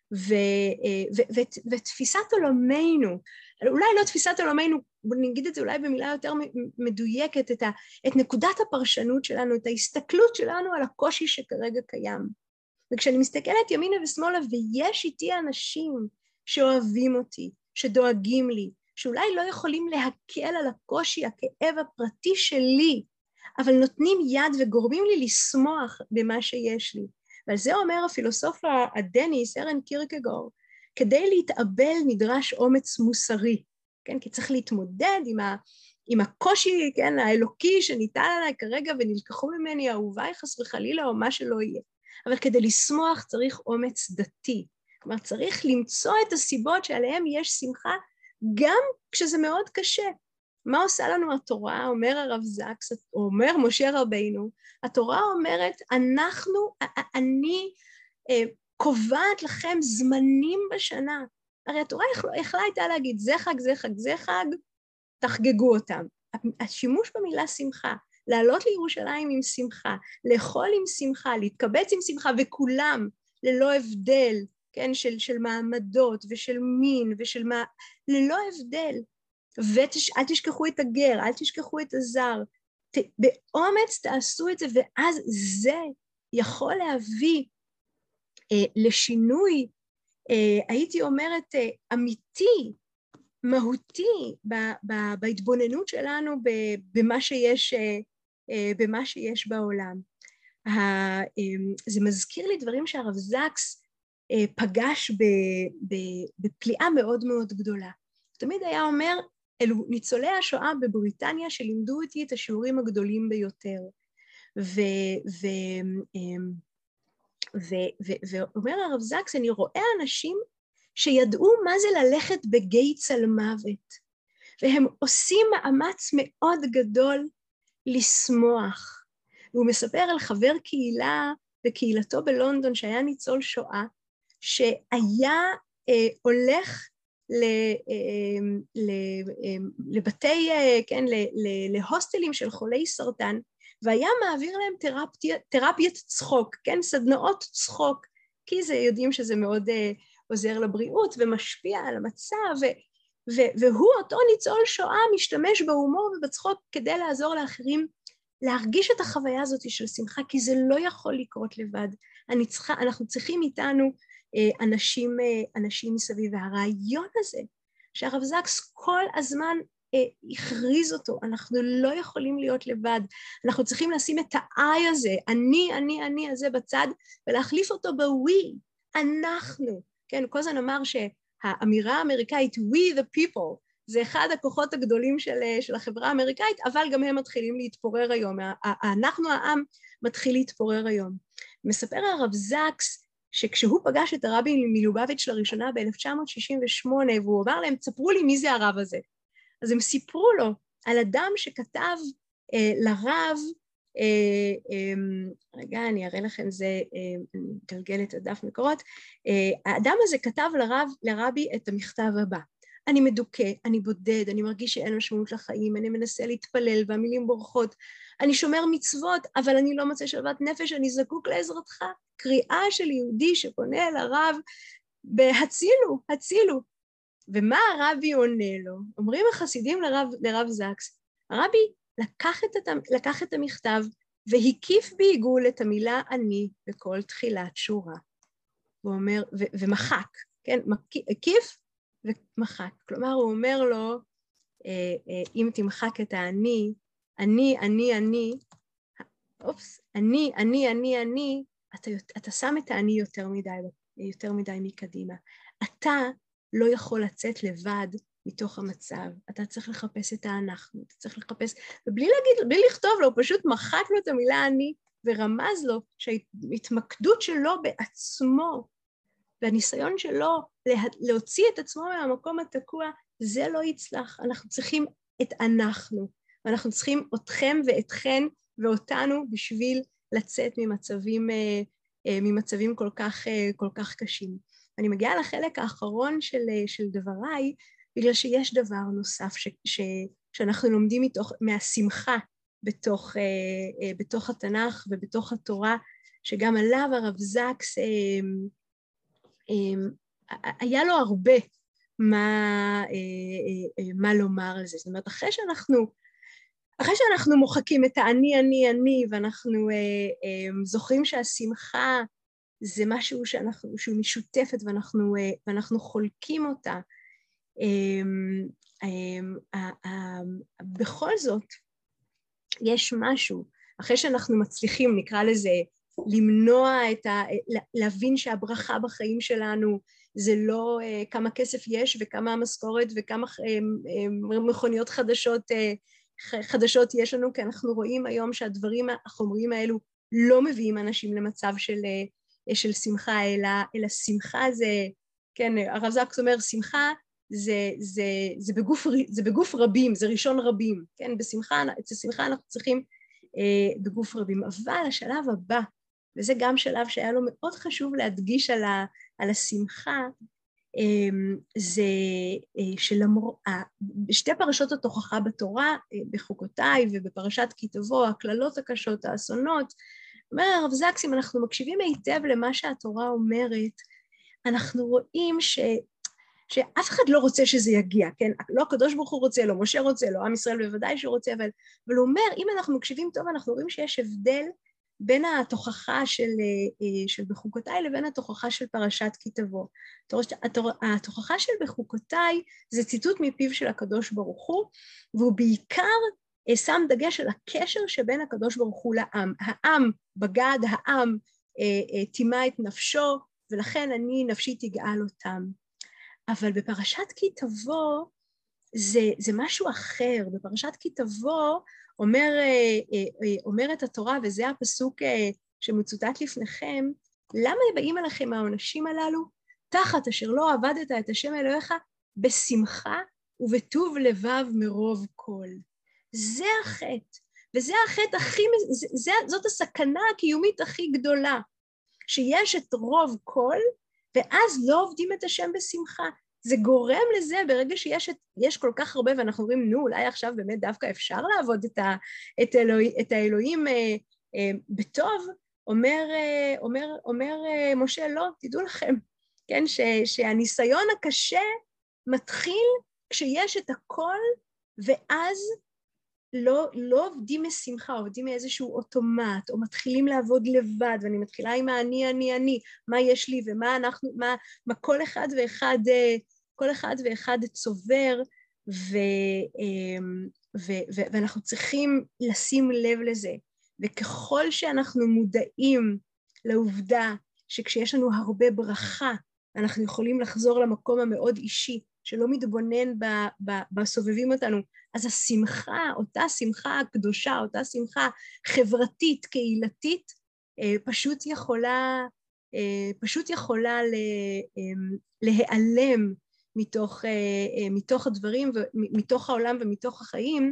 B: ותפיסת עולמנו, אולי לא תפיסת עולמנו, נגיד את זה אולי במילה יותר מדויקת, את נקודת הפרשנות שלנו, את ההסתכלות שלנו על הקושי שכרגע קיים. וכשאני מסתכלת ימינה ושמאלה ויש איתי אנשים שאוהבים אותי, שדואגים לי, שאולי לא יכולים להקל על הקושי, הכאב הפרטי שלי, אבל נותנים יד וגורמים לי לשמוח במה שיש לי. ועל זה אומר הפילוסוף הדני, סרן קירקגור, כדי להתאבל נדרש אומץ מוסרי, כן? כי צריך להתמודד עם הקושי, כן, האלוקי שניתן עליי כרגע ונלקחו ממני אהוביי חס וחלילה או מה שלא יהיה. אבל כדי לשמוח צריך אומץ דתי. כלומר, צריך למצוא את הסיבות שעליהן יש שמחה, גם כשזה מאוד קשה. מה עושה לנו התורה? אומר הרב זקס, אומר משה רבינו, התורה אומרת, אני קובעת לכם זמנים בשנה. הרי התורה יכלה הייתה להגיד, זה חג, זה חג, זה חג, תחגגו אותם. השימוש במילה שמחה, לעלות לירושלים עם שמחה, לאכול עם שמחה, להתקבץ עם שמחה, וכולם ללא הבדל, כן, של מעמדות ושל מין ושל ללא הבדל. ואל תשכחו את הגר, אל תשכחו את הזר. באומץ תעשו את זה, ואז זה יכול להביא לשינוי, הייתי אומרת, אמיתי, מהותי, בהתבוננות שלנו במה שיש בעולם. זה מזכיר לי דברים שהרב זקס פגש בפליאה מאוד מאוד גדולה. תמיד היה אומר, אלו ניצולי השואה בבריטניה שלימדו אותי את השיעורים הגדולים ביותר. ואומר הרב זקס, אני רואה אנשים שידעו מה זה ללכת בגיא צל מוות, והם עושים מאמץ מאוד גדול לשמוח. והוא מספר על חבר קהילה בקהילתו בלונדון שהיה ניצול שואה, שהיה הולך לבתי, כן, להוסטלים של חולי סרטן, והיה מעביר להם תרפיית צחוק, כן, סדנאות צחוק, כי זה יודעים שזה מאוד עוזר לבריאות ומשפיע על המצב, והוא אותו ניצול שואה משתמש בהומור ובצחוק כדי לעזור לאחרים להרגיש את החוויה הזאת של שמחה, כי זה לא יכול לקרות לבד. אנחנו צריכים איתנו אנשים מסביב, והרעיון הזה שהרב זקס כל הזמן הכריז אותו, אנחנו לא יכולים להיות לבד, אנחנו צריכים לשים את ה-I הזה, אני הזה בצד, ולהחליף אותו ב-we, אנחנו, כן, כל הזמן אמר שהאמירה האמריקאית, we the people, זה אחד הכוחות הגדולים של החברה האמריקאית, אבל גם הם מתחילים להתפורר היום, אנחנו העם מתחיל להתפורר היום. מספר הרב זקס, שכשהוא פגש את הרבי מלובביץ' לראשונה ב-1968, והוא אמר להם, תספרו לי מי זה הרב הזה. אז הם סיפרו לו על אדם שכתב לרב, רגע, אני אראה לכם זה, אני אגלגל את הדף מקורות, האדם הזה כתב לרבי את המכתב הבא, אני מדוכא, אני בודד, אני מרגיש שאין משמעות לחיים, אני מנסה להתפלל והמילים בורחות, אני שומר מצוות, אבל אני לא מוצא שלוות נפש, אני זקוק לעזרתך. קריאה של יהודי שפונה אל הרב, בהצילו, הצילו. ומה הרבי עונה לו? אומרים החסידים לרב זקס, הרבי לקח את המכתב, והקיף בעיגול את המילה אני בכל תחילת שורה. הוא אומר, ומחק, כן? הקיף ומחק. כלומר, הוא אומר לו, אם תמחק את האני, אני, אתה שם את האני יותר מדי מקדימה. אתה לא יכול לצאת לבד מתוך המצב, אתה צריך לחפש את האנחנו, אתה צריך לחפש, ובלי לכתוב לו, הוא פשוט מחק לו את המילה אני, ורמז לו שההתמקדות שלו בעצמו, והניסיון שלו להוציא את עצמו מהמקום התקוע, זה לא יצלח. אנחנו צריכים את אנחנו, ואנחנו צריכים אתכם ואתכן ואותנו בשביל לצאת ממצבים כל כך קשים. אני מגיעה לחלק האחרון של דבריי, בגלל שיש דבר נוסף שאנחנו לומדים מהשמחה בתוך התנ"ך ובתוך התורה, שגם עליו הרב זקס היה לו הרבה מה לומר על זה. זאת אומרת, אחרי שאנחנו מוחקים את אני, ואנחנו זוכרים שהשמחה זה משהו שהוא משותפת, ואנחנו חולקים אותה, בכל זאת, יש משהו, אחרי שאנחנו מצליחים, נקרא לזה, להבין שהברכה בחיים שלנו זה לא כמה כסף יש וכמה משכורת וכמה מכוניות חדשות יש לנו, כי אנחנו רואים היום שהדברים החומריים האלו לא מביאים אנשים למצב של שמחה, אלא שמחה זה, כן, הרב זקס אומר, שמחה זה בגוף רבים, זה ראשון רבים, כן, אצל שמחה אנחנו צריכים בגוף רבים, אבל השלב הבא, וזה גם שלב שהיה לו מאוד חשוב להדגיש על השמחה, זה בשתי פרשות התוכחה בתורה, בחוקותיי ובפרשת כי תבוא, הכללות הקשות, האסונות, אומר הרב זקס, אם אנחנו מקשיבים היטב למה שהתורה אומרת, אנחנו רואים שאף אחד לא רוצה שזה יגיע, כן? לא הקדוש ברוך הוא רוצה, לא משה רוצה, לא עם ישראל בוודאי שרוצה, אבל הוא אומר, אם אנחנו מקשיבים טוב, אנחנו רואים שיש הבדל בין התוכחה של בחוקותיי לבין התוכחה של פרשת כי תבוא. התוכחה של בחוקותיי זה ציטוט מפיו של הקדוש ברוך הוא, והוא בעיקר שם דגש על הקשר שבין הקדוש ברוך הוא לעם. העם בגד, העם טימא את נפשו, ולכן נפשי תגאל אותם. אבל בפרשת כי תבוא זה משהו אחר. בפרשת כי תבוא אומרת התורה, וזה הפסוק שמצוטט לפניכם, למה באים אליכם העונשים הללו? תחת אשר לא עבדת את השם אלוהיך בשמחה ובטוב לבב מרוב כל. זה החטא, וזה החטא זאת הסכנה הקיומית הכי גדולה, שיש את רוב כל, ואז לא עובדים את השם בשמחה. זה גורם לזה, ברגע שיש כל כך הרבה, ואנחנו אומרים, אולי עכשיו באמת דווקא אפשר לעבוד את האלוהים בטוב, אומר משה, לא, תדעו לכם, כן, שהניסיון הקשה מתחיל כשיש את הכל, ואז לא עובדים משמחה, עובדים מאיזשהו אוטומט, או מתחילים לעבוד לבד, ואני מתחילה עם אני, מה יש לי ומה מה כל אחד ואחד צובר, ואנחנו צריכים לשים לב לזה, וככל שאנחנו מודעים לעובדה שכשיש לנו הרבה ברכה, אנחנו יכולים לחזור למקום המאוד אישי, שלא מתבונן בסובבים אותנו, אז השמחה, אותה שמחה הקדושה, אותה שמחה חברתית, קהילתית, פשוט יכולה להיעלם מתוך הדברים, מתוך העולם ומתוך החיים,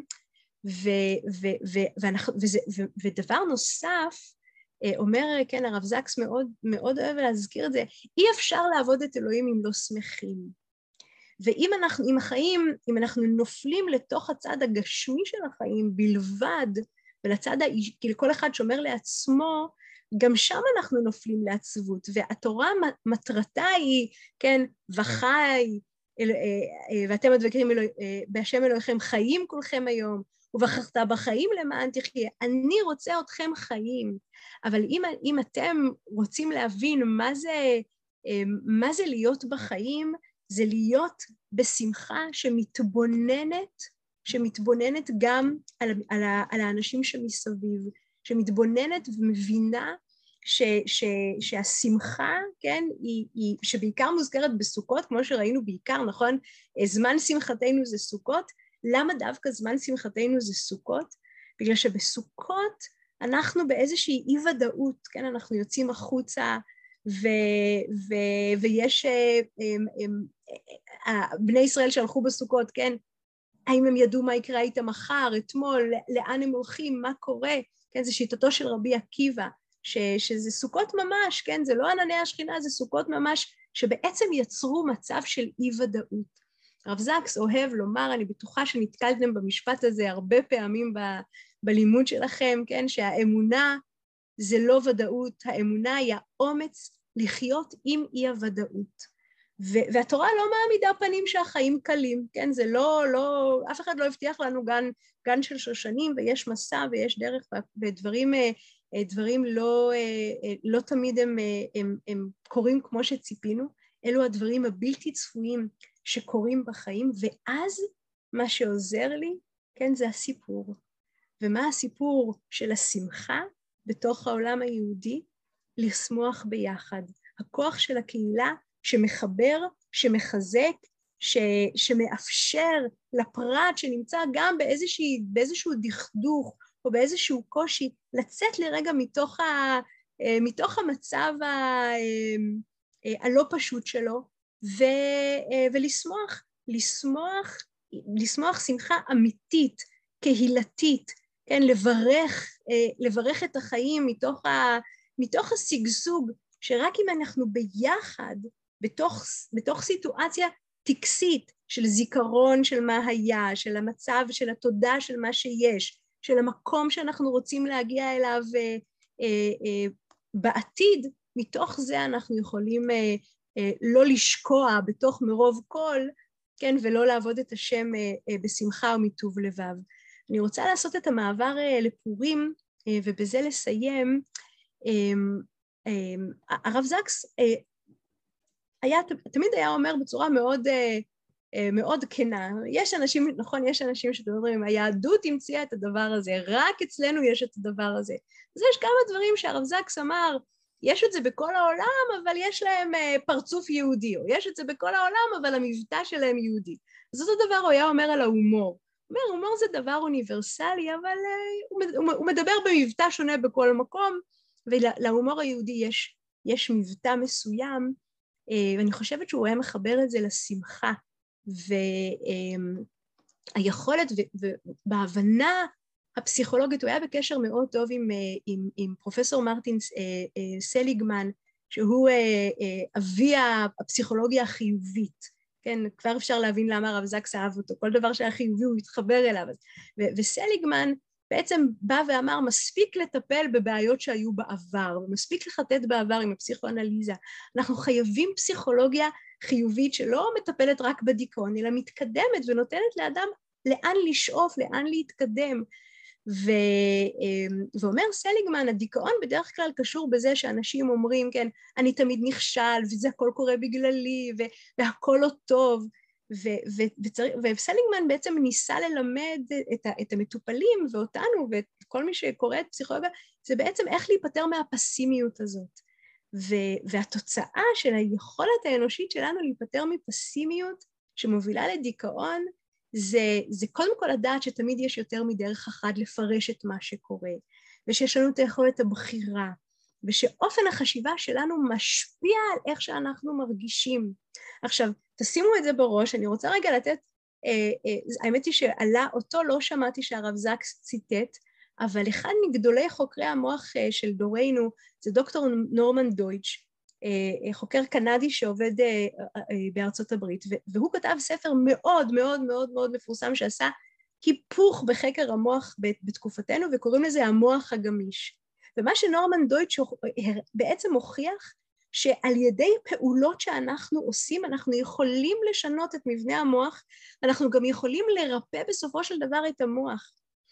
B: ודבר נוסף, אומר, כן, הרב זקס מאוד אוהב להזכיר את זה, אי אפשר לעבוד את אלוהים אם לא שמחים. ואם אנחנו נופלים לתוך הצד הגשמי של החיים בלבד, ולצד האישי, כי כל אחד שומר לעצמו, גם שם אנחנו נופלים לעצבות, והתורה מטרתה היא, כן, וחי, ואתם הדבקים בהשם אלוהיכם חיים כולכם היום, ובחרת בחיים למען תחיה, אני רוצה אתכם חיים, אבל אם אתם רוצים להבין מה זה להיות בחיים, זה להיות בשמחה שמתבוננת גם על האנשים שמסביב, שמתבוננת ומבינה שהשמחה, כן, היא שבעיקר מוזכרת בסוכות, כמו שראינו בעיקר, נכון? זמן שמחתנו זה סוכות. למה דווקא זמן שמחתנו זה סוכות? בגלל שבסוכות אנחנו באיזושהי אי ודאות, כן? אנחנו יוצאים החוצה, ויש בני ישראל שהלכו בסוכות, כן? האם הם ידעו מה יקרה איתם מחר, אתמול, לאן הם הולכים, מה קורה? כן, זה שיטתו של רבי עקיבא, שזה סוכות ממש, כן? זה לא ענני השכינה, זה סוכות ממש, שבעצם יצרו מצב של אי ודאות. הרב זקס אוהב לומר, אני בטוחה שנתקלתם במשפט הזה הרבה פעמים בלימוד שלכם, כן? שהאמונה זה לא ודאות, האמונה היא האומץ לחיות עם אי הוודאות. והתורה לא מעמידה פנים שהחיים קלים, כן? זה לא, אף אחד לא הבטיח לנו גן של שושנים, ויש מסע ויש דרך, ודברים לא תמיד הם קורים כמו שציפינו, אלו הדברים הבלתי צפויים שקורים בחיים, ואז מה שעוזר לי, כן, זה הסיפור. ומה הסיפור של השמחה בתוך העולם היהודי? לשמוח ביחד. הכוח של הקהילה שמחבר, שמחזק, שמאפשר לפרט שנמצא גם באיזשהו דכדוך או באיזשהו קושי, לצאת לרגע מתוך המצב הלא פשוט שלו, לשמוח שמחה אמיתית, קהילתית, כן, לברך את החיים מתוך השגשוג, שרק אם אנחנו ביחד, בתוך סיטואציה טקסית של זיכרון של מה היה, של המצב, של התודה של מה שיש, של המקום שאנחנו רוצים להגיע אליו בעתיד, מתוך זה אנחנו יכולים לא לשקוע בתוך מרוב קול, כן, ולא לעבוד את השם בשמחה ומטוב לבב. אני רוצה לעשות את המעבר לפורים, ובזה לסיים. הרב זקס תמיד היה אומר בצורה מאוד כנה, יש אנשים, נכון, יש אנשים שדברים, היהדות המציאה את הדבר הזה, רק אצלנו יש את הדבר הזה. אז יש כמה דברים שהרב זקס אמר, יש את זה בכל העולם, אבל יש להם פרצוף יהודי, או יש את זה בכל העולם, אבל המבטא שלהם יהודי. אז אותו דבר הוא היה אומר על ההומור. הוא אומר, הומור זה דבר אוניברסלי, אבל הוא מדבר במבטא שונה בכל מקום, ולהומור היהודי יש מבטא מסוים, ואני חושבת שהוא היה מחבר את זה לשמחה, והיכולת, ובהבנה הפסיכולוגית, הוא היה בקשר מאוד טוב עם פרופסור מרטין סליגמן, שהוא אבי הפסיכולוגיה החיובית, כן, כבר אפשר להבין למה הרב זקס אהב אותו, כל דבר שהיה חיובי הוא התחבר אליו, וסליגמן בעצם בא ואמר, מספיק לטפל בבעיות שהיו בעבר, ומספיק לחטט בעבר עם הפסיכואנליזה, אנחנו חייבים פסיכולוגיה חיובית שלא מטפלת רק בדיכאון, אלא מתקדמת ונותנת לאדם לאן לשאוף, לאן להתקדם, ואומר סליגמן, הדיכאון בדרך כלל קשור בזה שאנשים אומרים, כן, אני תמיד נכשל, וזה הכל קורה בגללי, והכל לא טוב, וסליגמן בעצם ניסה ללמד את המטופלים ואותנו, ואת כל מי שקורא את פסיכולוגיה, זה בעצם איך להיפטר מהפסימיות הזאת. והתוצאה של היכולת האנושית שלנו להיפטר מפסימיות, שמובילה לדיכאון, זה קודם כל לדעת שתמיד יש יותר מדרך אחת לפרש את מה שקורה, ושיש לנו את היכולת הבחירה, ושאופן החשיבה שלנו משפיע על איך שאנחנו מרגישים. עכשיו, תשימו את זה בראש, אני רוצה רגע לתת, האמת היא שעלה אותו לא שמעתי שהרב זקס ציטט, אבל אחד מגדולי חוקרי המוח של דורנו, זה דוקטור נורמן דויטש, חוקר קנדי שעובד בארצות הברית, והוא כתב ספר מאוד מאוד מאוד מאוד מפורסם שעשה היפוך בחקר המוח בתקופתנו, וקוראים לזה המוח הגמיש. ומה שנורמן דויטש בעצם מוכיח, שעל ידי פעולות שאנחנו עושים, אנחנו יכולים לשנות את מבנה המוח, אנחנו גם יכולים לרפא בסופו של דבר את המוח.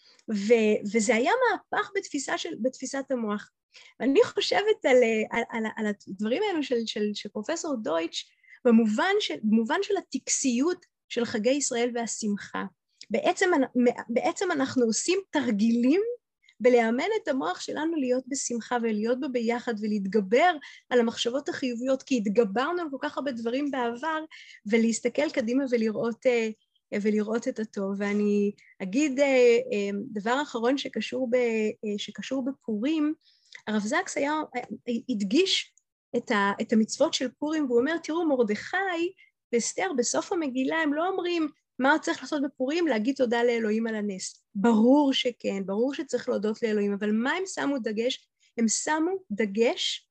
B: וזה היה מהפך בתפיסת המוח. ואני חושבת על הדברים האלו של פרופסור דויטש, במובן של הטקסיות של חגי ישראל והשמחה. בעצם אנחנו עושים תרגילים בלאמן את המוח שלנו להיות בשמחה ולהיות בה ביחד ולהתגבר על המחשבות החיוביות, כי התגברנו על כל כך הרבה דברים בעבר, ולהסתכל קדימה ולראות את הטוב. ואני אגיד דבר אחרון שקשור בפורים, הרב זקס הדגיש את המצוות של פורים, והוא אומר, תראו, מרדכי ואסתר בסוף המגילה הם לא אומרים מה צריך לעשות בפורים, להגיד תודה לאלוהים על הנס. ברור שכן, ברור שצריך להודות לאלוהים, אבל מה הם שמו דגש? הם שמו דגש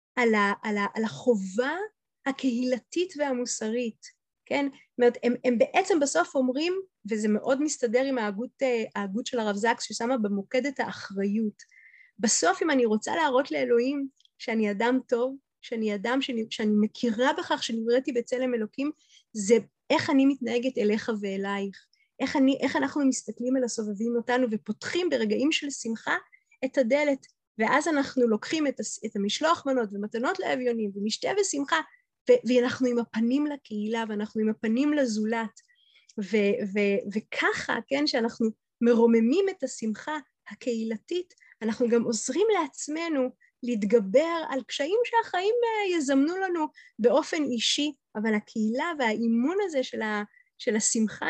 B: על החובה הקהילתית והמוסרית, כן? זאת אומרת, הם בעצם בסוף אומרים, וזה מאוד מסתדר עם ההגות של הרב זקס, ששמה במוקד את האחריות. בסוף אם אני רוצה להראות לאלוהים שאני אדם טוב, שאני מכירה בכך שנבראתי בצלם אלוקים, זה איך אני מתנהגת אליך ואלייך, איך אנחנו מסתכלים על הסובבים אותנו ופותחים ברגעים של שמחה את הדלת, ואז אנחנו לוקחים את המשלוח מנות ומתנות לאביונים ומשתה ושמחה, ואנחנו עם הפנים לקהילה ואנחנו עם הפנים לזולת, וככה, כן, שאנחנו מרוממים את השמחה הקהילתית, אנחנו גם עוזרים לעצמנו להתגבר על קשיים שהחיים יזמנו לנו באופן אישי, אבל הקהילה והאימון הזה של השמחה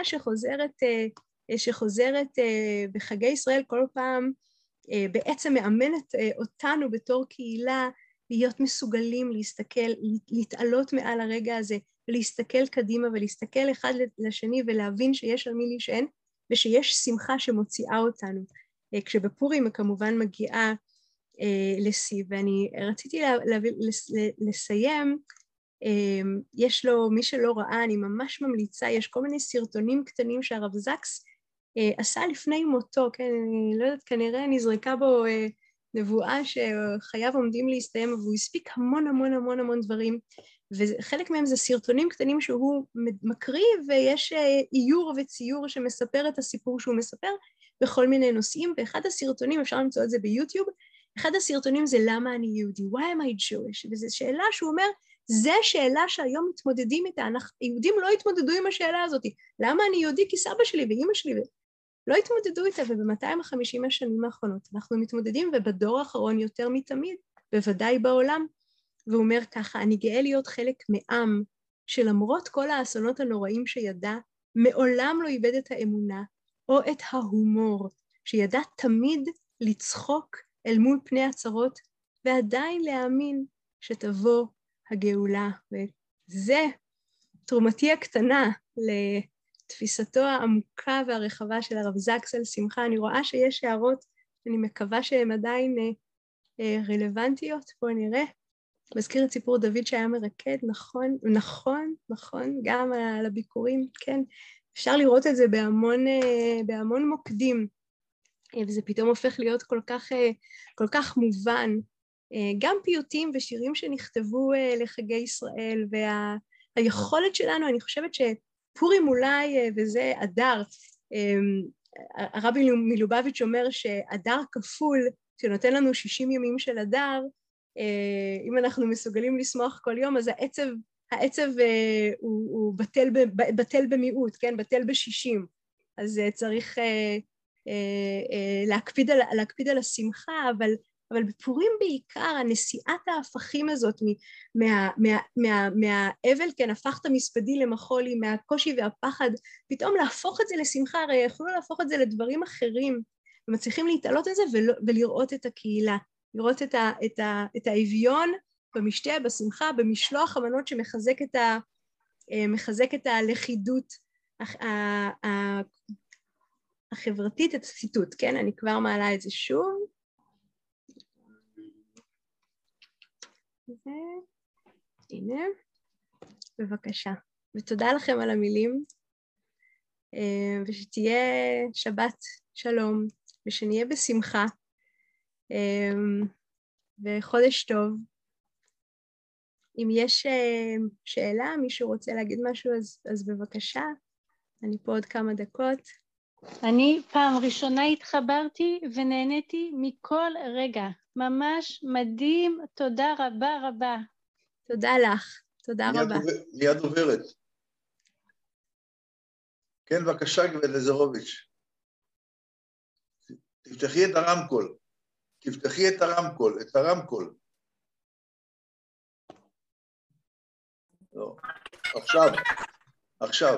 B: שחוזרת בחגי ישראל כל פעם, בעצם מאמנת אותנו בתור קהילה להיות מסוגלים להתעלות מעל הרגע הזה, ולהסתכל קדימה ולהסתכל אחד לשני ולהבין שיש על מי להישען, ושיש שמחה שמוציאה אותנו. כשבפורים כמובן מגיעה לשיא, ואני רציתי לסיים, יש לו, מי שלא ראה, אני ממש ממליצה, יש כל מיני סרטונים קטנים שהרב זקס עשה לפני מותו, כן, אני לא יודעת, כנראה נזרקה בו נבואה שחייו עומדים להסתיים, והוא הספיק המון המון המון המון דברים, וחלק מהם זה סרטונים קטנים שהוא מקריא, ויש איור וציור שמספר את הסיפור שהוא מספר בכל מיני נושאים, ואחד הסרטונים, אפשר למצוא את זה ביוטיוב, אחד הסרטונים זה למה אני יהודי, why am I Jewish, וזו שאלה שהוא אומר, זו שאלה שהיום מתמודדים איתה, היהודים לא התמודדו עם השאלה הזאת, למה אני יהודי? כי סבא שלי ואמא שלי לא התמודדו איתה, וב-250 השנים האחרונות אנחנו מתמודדים, ובדור האחרון יותר מתמיד, בוודאי בעולם, והוא אומר ככה, אני גאה להיות חלק מעם, שלמרות כל האסונות הנוראים שידע, מעולם לא איבד את האמונה, או את ההומור, שידע תמיד לצחוק אל מול פני הצרות, ועדיין להאמין שתבוא הגאולה. וזה תרומתי הקטנה לתפיסתו העמוקה והרחבה של הרב זקס על שמחה. אני רואה שיש הערות, אני מקווה שהן עדיין רלוונטיות. בואו נראה. מזכיר את סיפור דוד שהיה מרקד, נכון, נכון, נכון, גם על הביקורים, כן. אפשר לראות את זה בהמון מוקדים, וזה פתאום הופך להיות כל כך מובן. גם פיוטים ושירים שנכתבו לחגי ישראל, והיכולת שלנו, אני חושבת שפורים אולי, וזה אדר, הרבי מלובביץ' אומר שאדר כפול, שנותן לנו 60 ימים של אדר, אם אנחנו מסוגלים לשמוח כל יום, אז העצב הוא בטל במיעוט, כן? בטל ב-60. אז צריך להקפיד על השמחה, אבל בפורים בעיקר, הנשיאת ההפכים הזאת מהאבל, כן, הפכת מספדי למחולי, מהקושי והפחד, פתאום להפוך את זה לשמחה, הרי יכולו להפוך את זה לדברים אחרים, ומצליחים להתעלות את זה ולראות את הקהילה, לראות את האביון במשתה, בשמחה, במשלוח המנות שמחזק את הלכידות החברתית, את הציטוט, כן? אני כבר מעלה את זה שוב. הנה, בבקשה. ותודה לכם על המילים, ושתהיה שבת שלום, ושנהיה בשמחה, וחודש טוב. אם יש שאלה, מישהו רוצה להגיד משהו, אז בבקשה. אני פה עוד כמה דקות.
C: אני פעם ראשונה התחברתי ונהניתי מכל רגע. ממש מדהים, תודה רבה רבה.
B: תודה לך, תודה רבה.
D: מי הדוברת? כן, בבקשה, גברת לזרוביץ'. תפתחי את הרמקול. תפתחי את הרמקול. לא, עכשיו.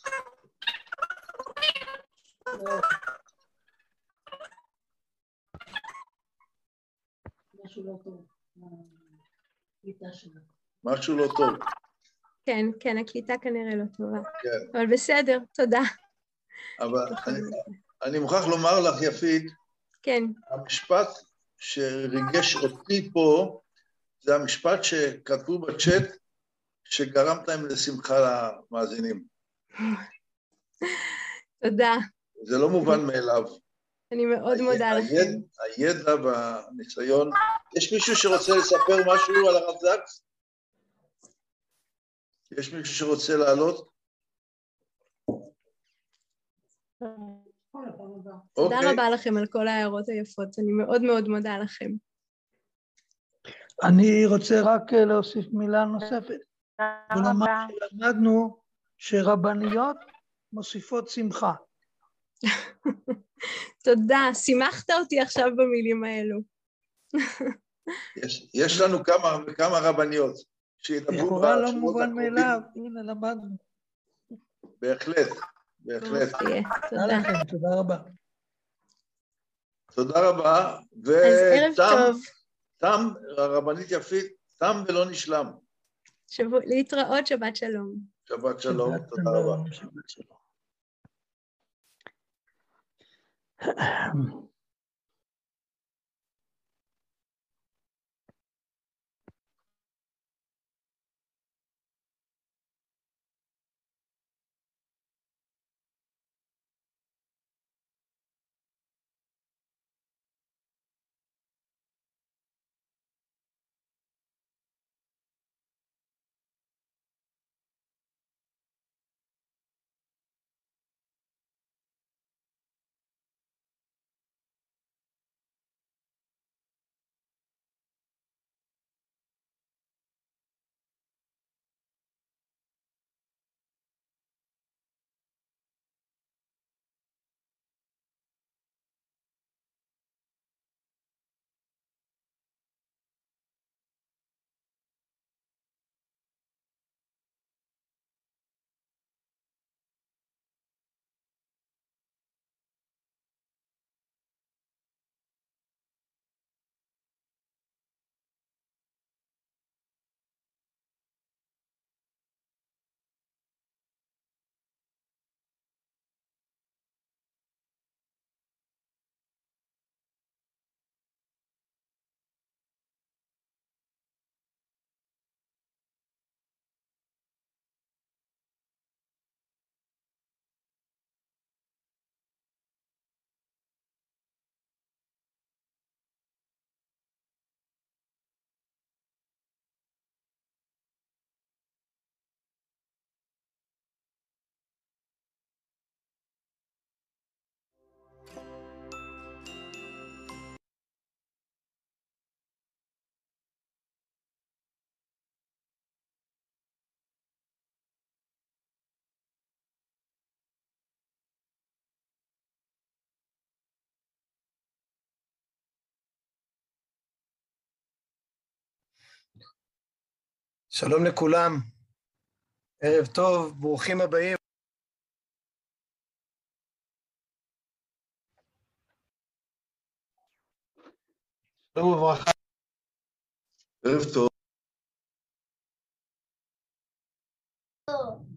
C: משהו לא טוב, הקליטה שלה.
D: משהו לא טוב.
B: כן, הקליטה כנראה לא טובה.
D: כן.
B: אבל בסדר, תודה.
D: אבל אני מוכרח לומר לך, יפית,
B: כן.
D: המשפט שריגש אותי פה, זה המשפט שכתבו בצ'אט, שגרמת להם לשמחה למאזינים.
B: תודה.
D: זה לא מובן מאליו.
B: אני מאוד מודה לכם.
D: הידע והניסיון. יש מישהו שרוצה לספר משהו על הרב זקס? יש מישהו שרוצה לעלות?
B: תודה רבה לכם על כל ההערות היפות, אני מאוד מאוד מודה לכם.
E: אני רוצה רק להוסיף מילה נוספת. ולומר שלמדנו שרבניות מוסיפות שמחה.
B: תודה, שימחת אותי עכשיו במילים האלו.
D: יש לנו כמה רבניות שידברו
E: לכאורה לא מובן מאליו, הנה למדנו.
D: בהחלט, בהחלט.
E: תודה רבה.
D: תודה רבה,
B: אז ערב טוב.
D: תם, הרבנית יפית, תם ולא נשלם.
B: להתראות, שבת שלום.
D: שבת שלום, תודה רבה.
E: שבת שלום.
F: שלום לכולם, ערב טוב, ברוכים הבאים. שלום וברכה.
D: ערב טוב.